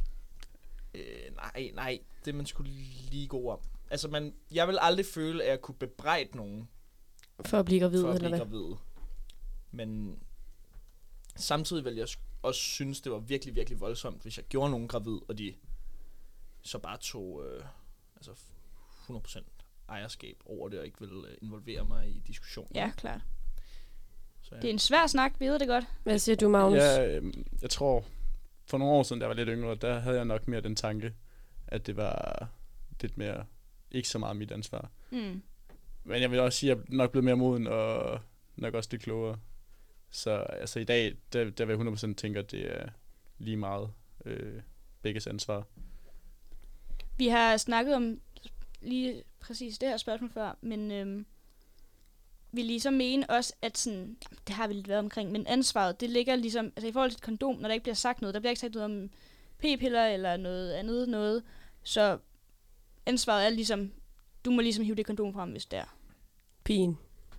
Nej, det er man skulle lige god om. Altså, jeg vil aldrig føle, at jeg kunne bebrejde nogen for at blive gravid, eller hvad? Men samtidig vil jeg også synes, det var virkelig, virkelig voldsomt, hvis jeg gjorde nogen gravid, og de så bare tog 100% ejerskab over det, og ikke ville involvere mig i diskussionen. Ja, klart. Så, ja. Det er en svær snak, vi ved det godt. Hvad siger du, Magnus? Ja, jeg tror, for nogle år siden, da jeg var lidt yngre, der havde jeg nok mere den tanke, at det var lidt mere, ikke så meget mit ansvar. Mm. Men jeg vil også sige, at jeg er nok blevet mere moden, og nok også lidt klogere. Så altså i dag, der vil jeg 100% tænke, at det er lige meget begges ansvar. Vi har snakket om lige præcis det her spørgsmål før, men vi ligesom mener også, at sådan, det har vi lidt været omkring, men ansvaret, det ligger ligesom, altså i forhold til et kondom, når der ikke bliver sagt noget, der bliver ikke sagt noget om p-piller eller noget andet noget, så ansvaret er ligesom, du må ligesom hive det kondom frem, hvis det er. Pigen.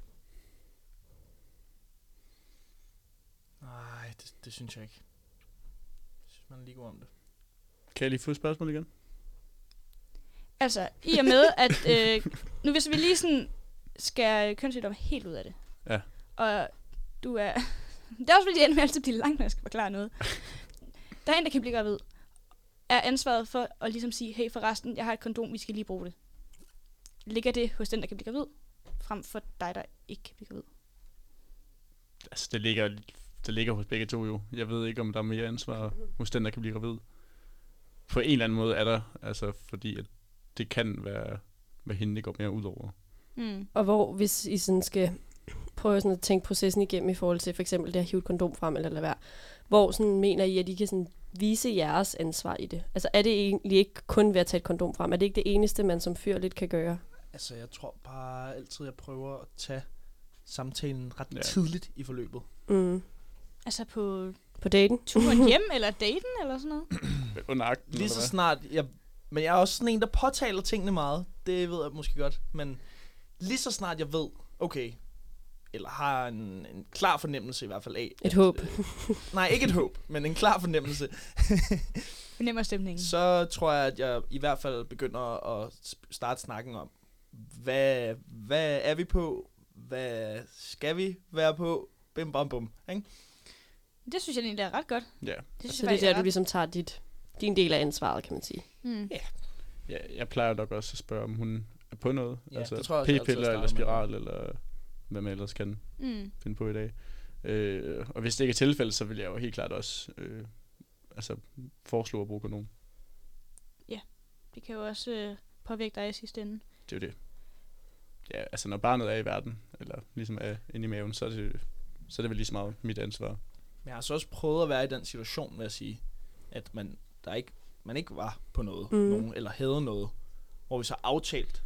Nej, det synes jeg ikke. Jeg synes, man er lige god om det. Kan jeg lige få et spørgsmål igen? Altså, i og med, at nu hvis vi lige sådan skære kønssygdomme helt ud af det. Ja. Og du er... Det er også fordi, jeg altid bliver langt, når jeg skal forklare noget. Der er en, der kan blive gravid. Er ansvaret for at ligesom sige, hey forresten, jeg har et kondom, vi skal lige bruge det. Ligger det hos den, der kan blive gravid, frem for dig, der ikke kan blive gravid? Altså, det ligger hos begge to jo. Jeg ved ikke, om der er mere ansvar hos den, der kan blive gravid. På en eller anden måde er der, altså fordi at det kan være, hvad hende det går mere ud over. Mm. Og hvor, hvis I sådan skal prøve sådan at tænke processen igennem i forhold til for eksempel det at hive et kondom frem eller lade være, hvor sådan mener I, at I kan sådan vise jeres ansvar i det? Altså er det egentlig ikke kun ved at tage et kondom frem? Er det ikke det eneste, man som fyr lidt kan gøre? Altså, jeg tror bare altid, jeg prøver at tage samtalen ret tidligt i forløbet. Mm. Altså på daten? Turen hjem, eller daten, eller sådan noget? Under akten, lige så snart, men jeg er også sådan en, der påtaler tingene meget. Det ved jeg måske godt. Men lige så snart jeg ved, okay, eller har en klar fornemmelse i hvert fald af. Et håb. Nej, ikke et håb, men en klar fornemmelse. Fornemmer stemningen. Så tror jeg, at jeg i hvert fald begynder at starte snakken om, hvad er vi på? Hvad skal vi være på? Bim, bam, bum. Ikke? Det synes jeg egentlig er ret godt. Ja. Så det er der, du ligesom tager din del af ansvaret, kan man sige. Mm. Ja, jeg plejer nok også at spørge, om hun er på noget. Ja, altså det tror jeg også, p-piller eller spiral, eller hvad man ellers kan finde på i dag. Og hvis det ikke er tilfældet, så vil jeg jo helt klart også foreslå at bruge kondom. Ja, det kan jo også påvirke dig i sidste ende. Det er jo det. Ja, altså når barnet er i verden, eller ligesom er inde i maven, så er det vel lige så meget mit ansvar. Men jeg har så også prøvet at være i den situation, med at sige, at man ikke var på noget, nogen, eller havde noget, hvor vi så aftalt,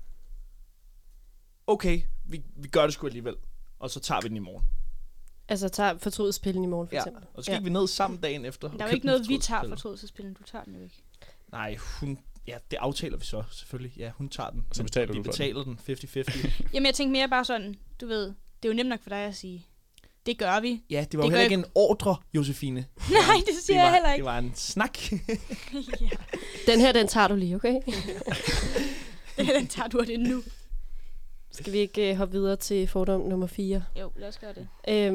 okay, vi gør det sgu alligevel, og så tager vi den i morgen. Altså tager fortrydelsespillen i morgen, for eksempel. Og så gik vi ned sammen dagen efter. Der er jo ikke noget, vi tager fortrydelsespillen. Du tager den jo ikke. Nej, det aftaler vi så selvfølgelig. Ja, hun tager den. Så betaler vi betaler den 50-50. Jamen, jeg tænkte mere bare sådan, du ved, det er jo nemt nok for dig at sige, det gør vi. Ja, det var jo heller ikke en ordre, Josefine. Nej, det siger jeg heller ikke. Det var en snak. Ja. Den tager du lige, okay? Den tager du, og det nu. Skal vi ikke hoppe videre til fordom nummer 4? Jo, lad os gøre det.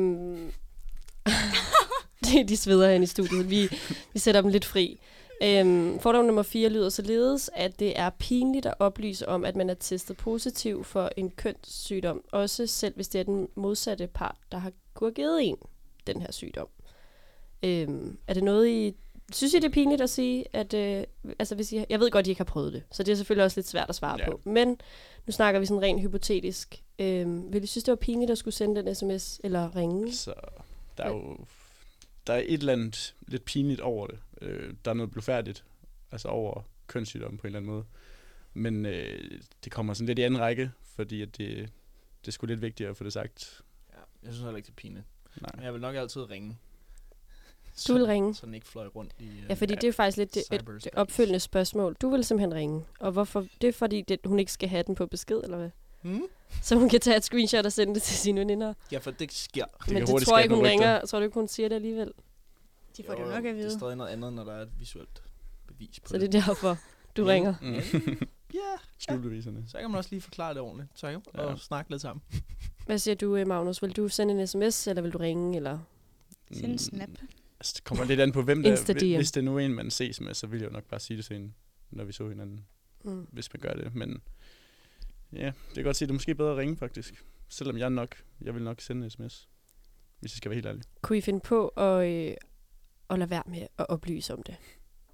De sveder herinde i studiet. Vi sætter dem lidt fri. Fordom nummer 4 lyder således, at det er pinligt at oplyse om, at man er testet positiv for en kønssygdom, også selv hvis det er den modsatte part, der har givet en den her sygdom. Er det noget, I synes I, det er pinligt at sige, at hvis jeg ved godt, I ikke har prøvet det, så det er selvfølgelig også lidt svært at svare på, men nu snakker vi sådan rent hypotetisk. Vil I synes, det var pinligt at skulle sende den sms eller ringe? Så der er et eller andet lidt pinligt over det. Der er noget blufærdigt, altså over kønssygdommen på en eller anden måde. Men det kommer sådan lidt i anden række, fordi at det er sgu lidt vigtigere at få det sagt. Ja, jeg synes heller ikke, det er pinligt. Nej. Men jeg vil nok altid ringe. Du vil ringe? Så den ikke fløj rundt i... Ja, fordi det er faktisk lidt et opfølgende spørgsmål. Du vil simpelthen ringe. Og hvorfor? Det er fordi, hun ikke skal have den på besked, eller hvad? Så hun kan tage et screenshot og sende det til sine veninder. Ja, for det sker. Men det tror jeg ikke, hun ringer. Tror du ikke, hun siger det alligevel? De får det jo nok at vide. Det er stadig noget andet, når der er et visuelt bevis på det. Så det er derfor, du ringer? Ja. Skjulbeviserne. Så kan man også lige forklare det ordentligt. Så og snakke lidt sammen. Hvad siger du, Magnus? Vil du sende en sms, eller vil du ringe, eller? Send en snap. Altså, det kommer lidt an på, hvem der... Hvis det er nu en, man ses med, så vil jeg jo nok bare sige det til hende, når vi så hinanden. Hvis man gør det. Men ja, det kan godt sige, at det er måske bedre at ringe, faktisk. Selvom jeg vil nok sende en sms, hvis jeg skal være helt ærlig. Kunne I finde på at lade være med at oplyse om det?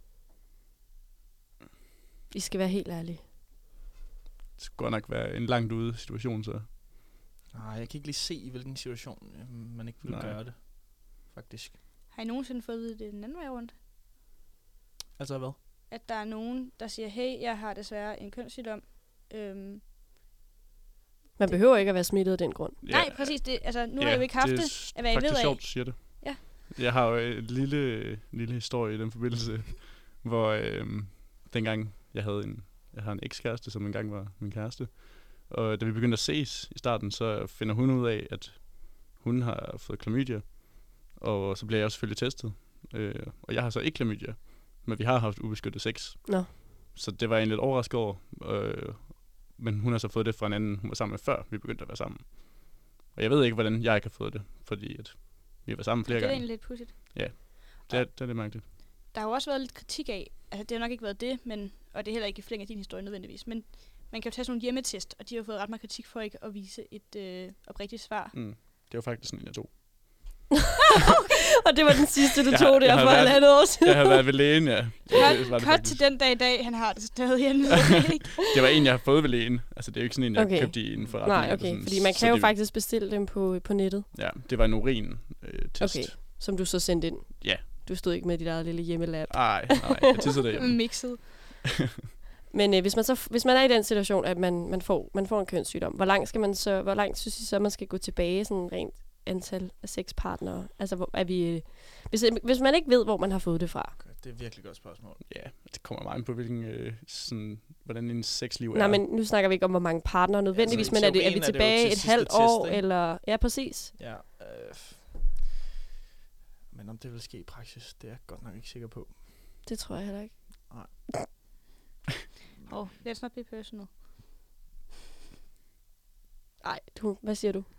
I skal være helt ærlige. Det skulle godt nok være en langt ude situation, så... Nej, jeg kan ikke lige se, i hvilken situation man ikke vil gøre det, faktisk. Har I nogensinde fået at vide det den anden vej rundt? Altså hvad? At der er nogen, der siger, hey, jeg har desværre en kønssygdom. Man behøver ikke at være smittet af den grund. Ja, nej, præcis. Det, altså, nu har jeg jo ikke haft det, at hvad jeg ved af. Det er sjovt, du siger det. Ja. Jeg har jo en lille historie i den forbindelse, hvor dengang jeg har en ekskæreste, som engang var min kæreste. Og da vi begyndte at ses i starten, så finder hun ud af, at hun har fået klamydia. Og så bliver jeg også selvfølgelig testet. Og jeg har så ikke klamydia, men vi har haft ubeskyttet sex. Nå. Så det var jeg lidt overrasket over. men hun har så fået det fra en anden, hun var sammen med før, vi begyndte at være sammen. Og jeg ved ikke, hvordan jeg ikke har fået det, fordi at vi var sammen flere Det er gange. egentlig lidt pudsigt. Ja, det er lidt mærkeligt. Der har jo også været lidt kritik af, altså det har nok ikke været det, men, og det er heller ikke i flæng af din historie nødvendigvis, men man kan jo tage sådan nogle hjemmetest, og de har jo fået ret meget kritik for ikke at vise et oprigtigt svar. Mm. Det var faktisk sådan en, jeg tog. Og det var den sidste, du tog der for halvandet år siden. Jeg har været ved lægen, ja. Cut til den dag i dag, han har det stadig hjemme. Det var en, jeg har fået ved lægen. Altså, det er jo ikke sådan en, jeg købte i en forretning. Nej, okay. Sådan. Fordi man kan jo faktisk bestille dem på nettet. Ja, det var en urin-test. Okay, som du så sendte ind. Ja. Du stod ikke med dit eget lille hjemmelab. Nej, jeg tissede derhjemme. Mixet. Men hvis man er i den situation, at man får en kønssygdom, hvor langt synes I så, man skal gå tilbage, sådan rent antal af sexpartnere? Altså, er vi, hvis man ikke ved, hvor man har fået det fra. Det er et virkelig godt spørgsmål. Ja, det kommer meget ind på, hvordan en sexliv er. Nej, men nu snakker vi ikke om, hvor mange partnere nødvendigvis, altså, men er vi tilbage et halvt år, eller... Ja, præcis. Ja, men om det vil ske i praksis, det er jeg godt nok ikke sikker på. Det tror jeg heller ikke. Nej. Let's not be personal. Nej, hvad siger du?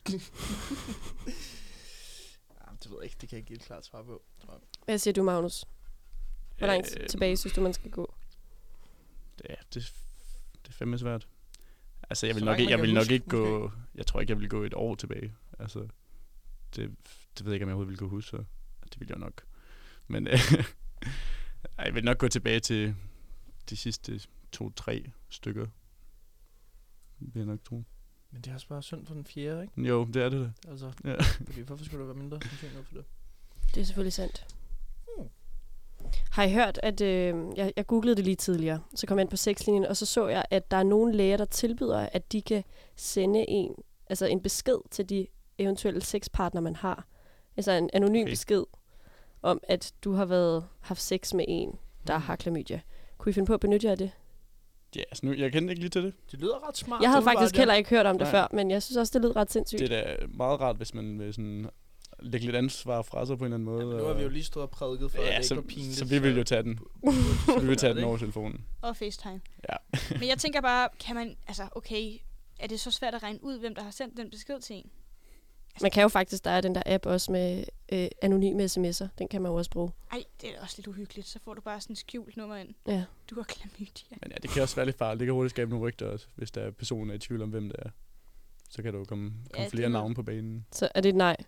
Det ved jeg ikke, det kan jeg ikke give et klart svar på, tror jeg. Hvad siger du, Magnus? Hvor langt tilbage synes du, man skal gå? Ja, det er fandme svært. Altså, jeg vil nok ikke gå... Jeg tror ikke, jeg vil gå et år tilbage. Altså, det ved jeg ikke, om jeg overhovedet vil kunne huske, så det vil jeg nok. Men jeg vil nok gå tilbage til de sidste 2-3 stykker. Det vil jeg nok tro. Men det er også bare synd for den fjerde, ikke? Jo, det er det. Altså, ja. Hvorfor skulle der være mindre sandsynlighed for det? Det er selvfølgelig sandt. Har I hørt, at jeg googlede det lige tidligere, så kom jeg ind på sexlinjen, og så jeg, at der er nogle læger, der tilbyder, at de kan sende en besked til de eventuelle sexpartnere, man har. Altså en anonym besked om, at du har haft sex med en, der har klamydia. Kunne I finde på at benytte jer af det? Ja, altså nu, jeg kendte ikke lige til det. Det lyder ret smart. Jeg havde faktisk heller ikke hørt om det før, men jeg synes også, det lyder ret sindssygt. Det er da meget rart, hvis man vil sådan lægge lidt ansvar fra sig på en eller anden måde. Ja, nu har vi jo lige stået og prædiket for, at det ikke var pinligt. Så vi vil jo tage den. Så vi vil tage den over telefonen. Og FaceTime. Ja. Men jeg tænker bare, er det så svært at regne ud, hvem der har sendt den besked til en? Man kan jo faktisk, der er den der app også med anonyme sms'er. Den kan man jo også bruge. Ej, det er også lidt uhyggeligt. Så får du bare sådan et skjult nummer ind. Ja. Du har klamydia. Men ja, det kan også være lidt farligt. Det kan hurtigt skabe nogle rygter også, hvis der er personer i tvivl om, hvem det er. Så kan der jo komme flere navne på banen. Så er det et nej?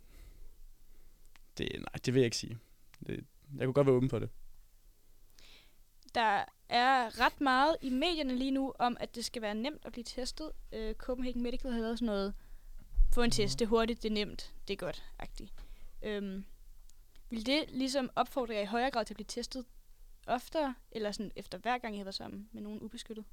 Nej, det vil jeg ikke sige. Jeg kunne godt være åben for det. Der er ret meget i medierne lige nu om, at det skal være nemt at blive testet. Copenhagen Medical har lavet sådan noget. Få en test, det er hurtigt, det er nemt, det er godt-agtigt. Vil det ligesom opfordre jer i højere grad til at blive testet oftere, eller sådan efter hver gang I har været sammen med nogen ubeskyttet?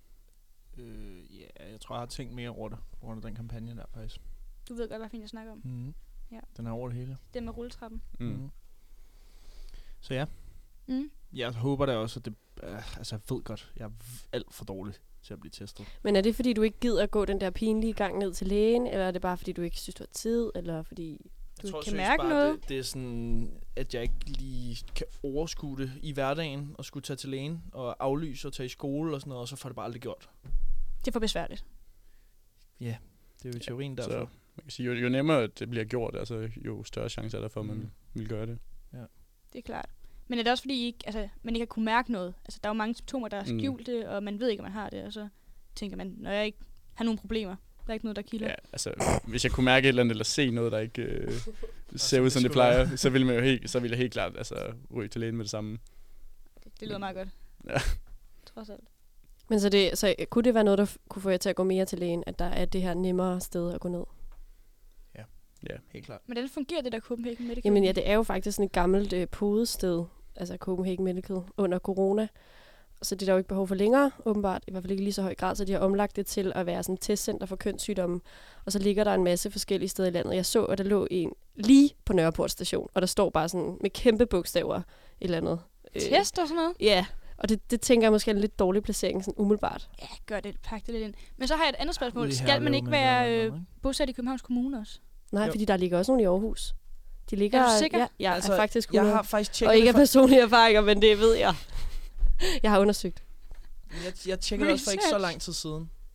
Ja, jeg tror, jeg har tænkt mere over det, på grund af den kampagne der faktisk. Du ved godt, hvad fint jeg snakker om. Mm-hmm. Ja. Den er over det hele. Den med rulletrappen. Mm. Så ja. Jeg håber da også, at det... jeg ved godt, jeg er alt for dårlig til at blive testet. Men er det, fordi du ikke gider at gå den der pinlige gang ned til lægen, eller er det bare, fordi du ikke synes, du har tid, eller fordi du ikke kan mærke noget? Det er sådan, at jeg ikke lige kan overskue det i hverdagen, og skulle tage til lægen, og aflyse og tage i skole og sådan noget, og så får det bare aldrig gjort. Det er for besværligt. Ja, det er jo teorien derfor. Så man kan sige, jo nemmere det bliver gjort, altså jo større chance er der for, at man vil gøre det. Ja. Det er klart. Men er det også fordi, man ikke har kunne mærke noget? Altså, der er jo mange symptomer, der er skjulte, og man ved ikke, om man har det. Og så tænker man, når jeg ikke har nogen problemer, der er ikke noget, der kilder. Ja, altså, hvis jeg kunne mærke et eller andet, eller se noget, der ikke ser ud, som det plejer, så ville jeg helt klart ryge til lægen med det samme. Det lyder meget godt. Ja. Trods alt. Men så kunne det være noget, der kunne få jer til at gå mere til lægen, at der er det her nemmere sted at gå ned? Ja, helt klart. Men hvordan fungerer det der Copenhagen Medical? Jamen ja, det er jo faktisk sådan et gammelt podested, altså Copenhagen Medical, under corona. Så det er der jo ikke behov for længere, åbenbart. I hvert fald ikke lige så høj grad, så de har omlagt det til at være sådan et testcenter for kønssygdomme. Og så ligger der en masse forskellige steder i landet. Jeg så, at der lå en lige på Nørreport station, og der står bare sådan med kæmpe bogstaver et eller andet. Test og sådan noget? Ja, og det tænker jeg måske er en lidt dårlig placering, sådan umiddelbart. Ja, gør det, pak det lidt ind. Men så har jeg et andet spørgsmål. Skal man ikke være bosat i Københavns Kommune også? Nej, fordi der ligger også nogle i Aarhus. De ligger, er du sikker? Ja, jeg er faktisk 100. Jeg har faktisk tjekket og ikke af personlige erfaringer, men det ved jeg. Jeg har undersøgt. Jeg tjekkede også for ikke så lang tid siden.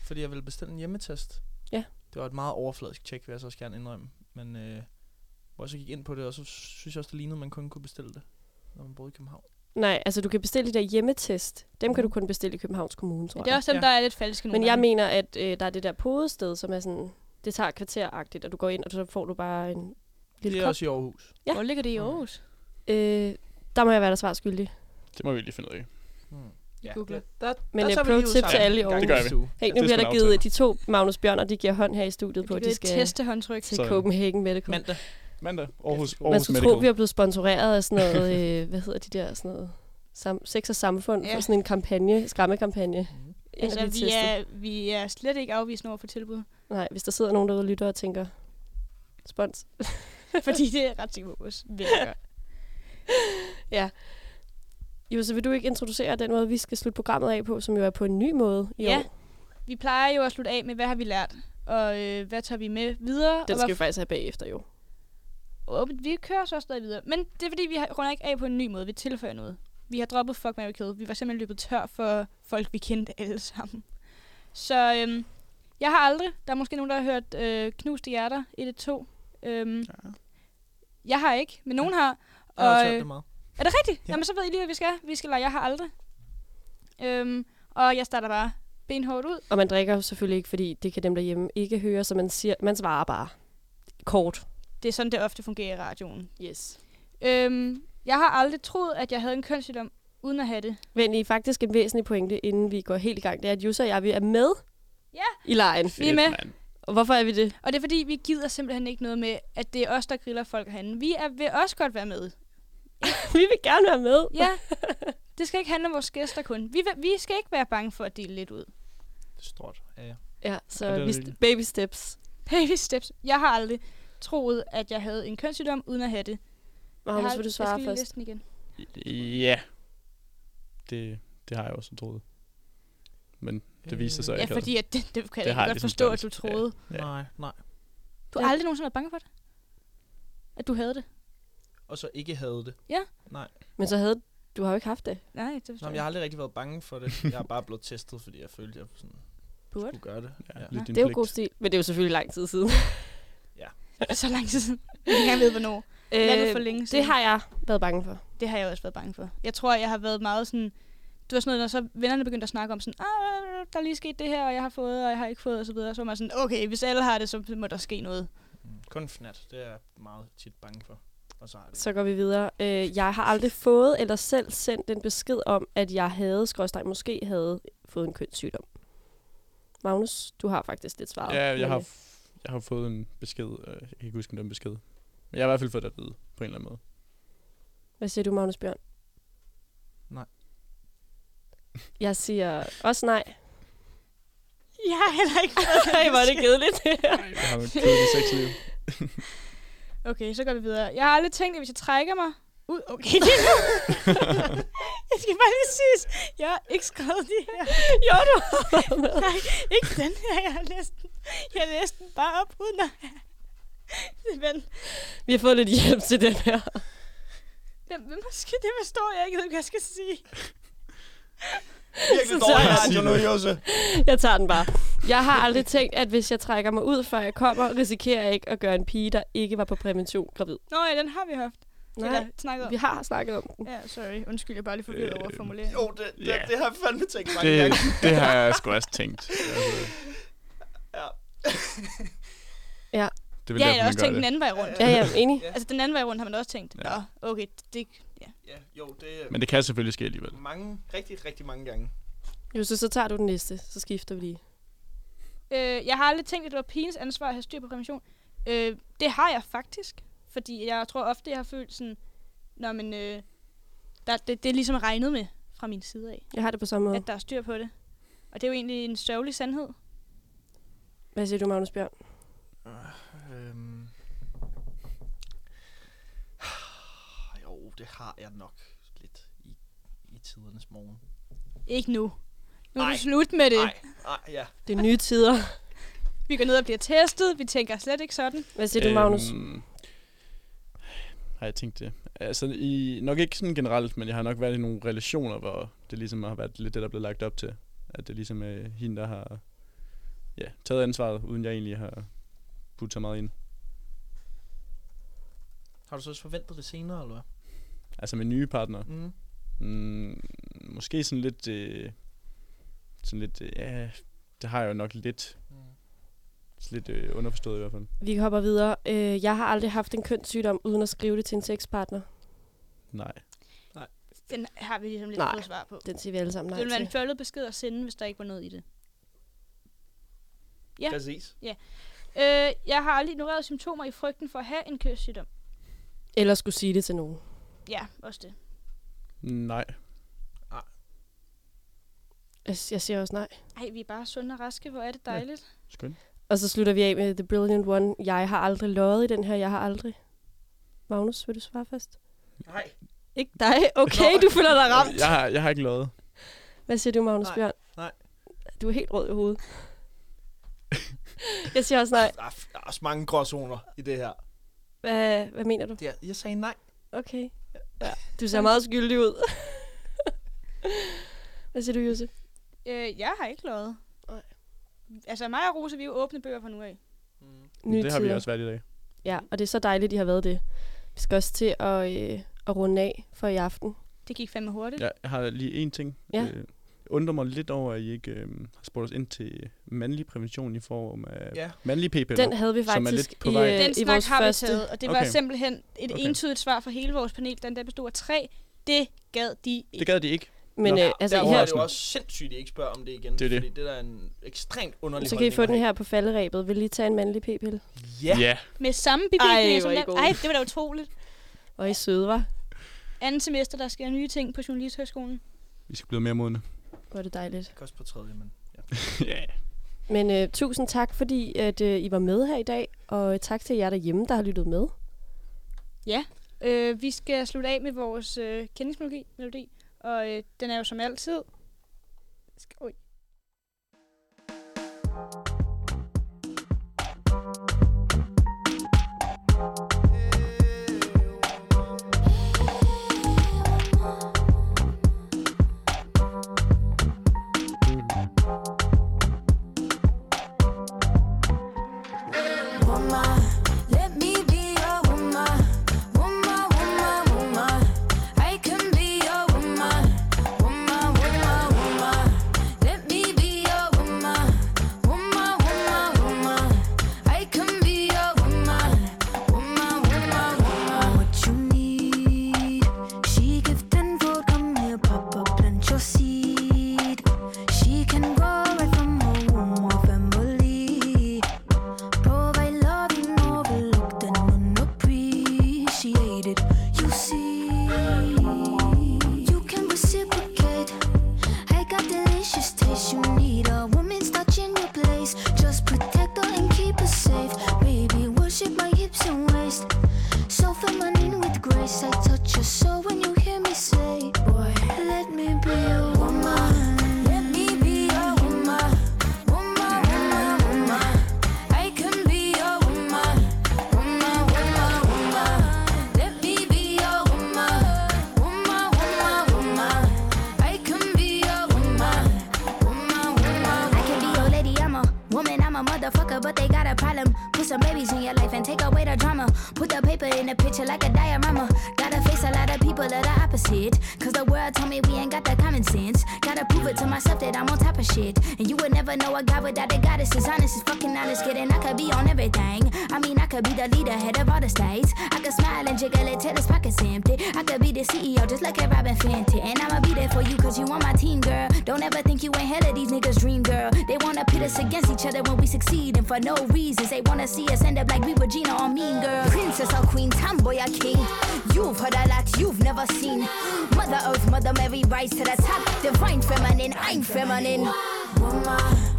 fordi jeg ville bestille en hjemmetest. Ja. Det var et meget overfladisk tjek, vil jeg så også gerne indrømme. Men hvor jeg så gik ind på det, og så synes jeg også, det lignede, at man kun kunne bestille det, når man boede i København. Nej, altså du kan bestille de der hjemmetest. Dem kan du kun bestille i Københavns Kommune, tror jeg. Det er også dem, der er lidt falske nogle Men jeg gange. mener, at der er det der podested, som er sådan, det tager kvarteragtigt, og du går ind, og så får du bare en lille Det er kop. også i Aarhus. Ja. Hvor ligger det i Aarhus? Der må jeg være der svar skyldig. Det må vi lige finde ud af. Ja, Googler. Men pro-tip til alle i Aarhus. Det gør vi. Hey, nu Det bliver skal der vi givet aftale. de 2 Magnus Bjørner, de giver hånd her i studiet på, at de Det skal teste håndtryk. til Så- Copenhagen Medical. Mandag. Aarhus Man skulle tro, Medical. vi er blevet sponsoreret af sådan noget, hvad hedder de der, sådan noget, sex og samfund, Ja. for sådan en kampagne, skræmmekampagne. Altså, vi er slet ikke afvisende over for tilbud. Nej, hvis der sidder nogen derude og lytter og tænker, spons. Fordi det er ret sikkert på os. Vil jeg gøre. Ja. Jose, vil du ikke introducere den måde, vi skal slutte programmet af på, som jo er på en ny måde i Ja. år? Vi plejer jo at slutte af med, hvad har vi lært? Og hvad tager vi med videre? Den og skal vi faktisk have bagefter, jo. vi kører så stadig videre. Men det er fordi, vi runder ikke af på en ny måde. Vi tilføjer noget. Vi har droppet Fuck, Marry, Kill. Vi var simpelthen løbet tør for folk, vi kendte alle sammen. Så jeg har aldrig. Der er måske nogen, der har hørt Knuste Hjerter 1-2. Jeg har ikke, men nogen har. Jeg har også hørt det meget. Er det rigtigt? Ja. Jamen, så ved I lige, hvad vi skal. Vi skal lege Jeg har aldrig. Og jeg starter bare benhårdt ud. Og man drikker jo selvfølgelig ikke, fordi det kan dem derhjemme ikke høre, så man svarer bare kort. Det er sådan, det ofte fungerer i radioen. Yes. Jeg har aldrig troet, at jeg havde en kønssygdom, uden at have det. Men I faktisk en væsentlig pointe, inden vi går helt i gang, det er, at Jus og jeg, vi er med i lejen. Vi er med. Mand. Og hvorfor er vi det? Og det er fordi, vi gider simpelthen ikke noget med, at det er os, der griller folk herinde. Vil også godt være med. Vi vil gerne være med. Ja, det skal ikke handle om vores gæster kun. Vi skal ikke være bange for at dele lidt ud. Det er stort. Ja. Ja, så Ja, det er vi rigtigt. baby steps. Baby steps. Jeg har aldrig troet, at jeg havde en kønssygdom, uden at have det. Magnus, vil du svare jeg skal lige først? læse den igen. Ja. Det har jeg også troet. Men det viste sig Ja, ikke. fordi at det kan Det jeg har jeg godt ligesom forstå, at følt. du troede. Ja. Nej. Du har aldrig nogensinde været bange for det? At du havde det? Og så ikke havde det. Ja. Nej. Men så havde du har jo ikke haft det. Nej, det Nå, forstår men jeg har aldrig rigtig været bange for det. Jeg er bare blevet testet, fordi jeg følte, jeg sådan Burde. skulle gøre det. Ja, Ja. lidt din Det er jo pligt. god stil, men det er jo selvfølgelig lang tid siden. Så lang tid siden. Jeg kan ikke engang vide, hvornår. Landet for længe siden. Det har jeg været bange for. Det har jeg også været bange for. Jeg tror, jeg har været meget sådan... Det var sådan noget, når så vennerne begyndte at snakke om sådan, der er lige sket det her, og jeg har fået, og jeg har ikke fået, og så videre. Så var man sådan, okay, hvis alle har det, så må der ske noget. Kun fnat, det er jeg meget tit bange for. Og så har jeg det. Så går vi videre. Jeg har aldrig fået eller selv sendt en besked om, at jeg havde, måske havde fået en kønssygdom. Magnus, du har faktisk lidt svaret. Ja, jeg men, har fået en besked. Jeg kan ikke huske, om det er en besked. Men jeg har i hvert fald fået det at vide, på en eller anden måde. Hvad siger du, Magnus Bjørn? Nej. Jeg siger også nej. Jeg har heller ikke fået Ej, hvor er det kedeligt. Jeg har jo et kedeligt sexliv. Okay, så går vi videre. Jeg har aldrig tænkt, at hvis jeg trækker mig ud... Okay, det er nu. Jeg skal bare lige sige, jeg har ikke skrevet de her. Jo, du har været med. Nej, ikke den her. Jeg læste den bare op uden at... Men, Vi har fået lidt hjælp til den her. måske det forstår jeg ikke, hvad jeg skal sige. Virkelig dårlig radio nu, Jose. Jeg tager den bare. Jeg har aldrig tænkt, at hvis jeg trækker mig ud, før jeg kommer, risikerer jeg ikke at gøre en pige, der ikke var på prævention, gravid. Nå ja, den har vi haft. Nej, Eller snakket om. vi har snakket om den. Ja, sorry. Undskyld, jeg er bare lige forvirret over formuleringen. Jo, Ja. det har jeg fandme tænkt mange gange. Det har jeg sgu også tænkt. Ja. Ja. Det vil Ja, derfor, jeg har man også gør tænkt det. den anden vej rundt. Ja, jeg er enig. Altså, den anden vej rundt har man også tænkt. Ja. Nå, okay, det... Ja. Ja, jo, det er Men det kan selvfølgelig ske alligevel. rigtig mange gange. Jo, så tager du den næste, så skifter vi lige. Jeg har aldrig tænkt, at det var pigens ansvar at have styr på prævention. Det har jeg faktisk. Fordi jeg tror ofte, jeg har følt sådan... Nå, men... det er ligesom regnet med fra min side af. Jeg har det på samme måde. At der er styr på det. Og det er jo egentlig en sørgelig sandhed. Hvad siger du, Magnus Bjørn? Jo, det har jeg nok lidt i tidernes morgen. Ikke nu. Nu er Ej. du slut med det. Nej, ja. Det er nye tider. Vi går ned og bliver testet. Vi tænker slet ikke sådan. Hvad siger du, Magnus? Har jeg tænkt det? Altså, nok ikke sådan generelt, men jeg har nok været i nogle relationer, hvor det ligesom har været lidt det, der er blevet lagt op til. At det ligesom er hende, der har taget ansvaret, uden jeg egentlig har puttet så meget ind. Har du så også forventet det senere, eller hvad? Altså med nye partnere? Måske sådan lidt... det har jeg jo nok lidt... Lidt underforstået i hvert fald. Vi hopper videre. Jeg har aldrig haft en kønssygdom, uden at skrive det til en sexpartner. Nej. Den har vi ligesom lidt fået svar på. Den siger vi alle sammen nej til. Det ville være til. en fjollet besked at sende, hvis der ikke var noget i det. Ja. Præcis. Ja. Jeg har aldrig ignoreret symptomer i frygten for at have en kønssygdom. Eller skulle sige det til nogen. Ja, også det. Nej. Jeg siger også nej. Ej, vi er bare sunde og raske. Hvor er det dejligt. Ja. Skønt. Og så slutter vi af med The Brilliant One. Jeg har aldrig løjet i den her. Jeg har aldrig. Magnus, vil du svare først? Nej. Ikke dig? Okay, du føler dig ramt. Jeg har ikke løjet. Hvad siger du, Magnus Bjørn? Nej. Du er helt rød i hovedet. Jeg siger også nej. Der er også mange gråzoner i det her. Hvad mener du? Jeg sagde nej. Okay. Ja. Du ser meget skyldig ud. Hvad siger du, Jose? Jeg har ikke løjet. Nej. Altså mig og Rose, vi er jo åbne bøger fra nu af. Det har vi også været i dag. Ja, og det er så dejligt, de har været det. Vi skal også til at runde af for i aften. Det gik fandme hurtigt. Ja, jeg har lige en ting. Ja. Jeg undrer mig lidt over, at I ikke har spurgt os ind til mandlig prævention i form af mandlig p-piller. Den havde vi faktisk på vej. Den i snak vores har første. vi taget, og det var simpelthen et entydigt svar fra hele vores panel. Den der bestod af 3. Det gad de ikke. Det gad de ikke. Men altså her er det jo også sindssygt, at I ikke spørger om det igen. Det er det. Fordi det der er en ekstremt underlig så kan I få den her på falderæbet. Vil I tage en mandlig p-pille? Ja. Med samme bivirkninger som den. Ej, det var da utroligt. Og I søde, var? Anden semester, der sker nye ting på Journalisthøjskolen. Vi skal blive mere modne. Hvor er det dejligt. Det også på 3. men ja. Men tusind tak, fordi at I var med her i dag. Og tak til jer derhjemme, der har lyttet med. Ja, vi skal slutte af med vores kendingsmelodi. Og den er jo som altid... Oj. For no reasons, they wanna see us end up like we were Gina or Mean Girl. Princess or queen, tomboy or king. You've heard a lot you've never seen. Mother Earth, Mother Mary, rise to the top. Divine feminine, I'm feminine. Woman.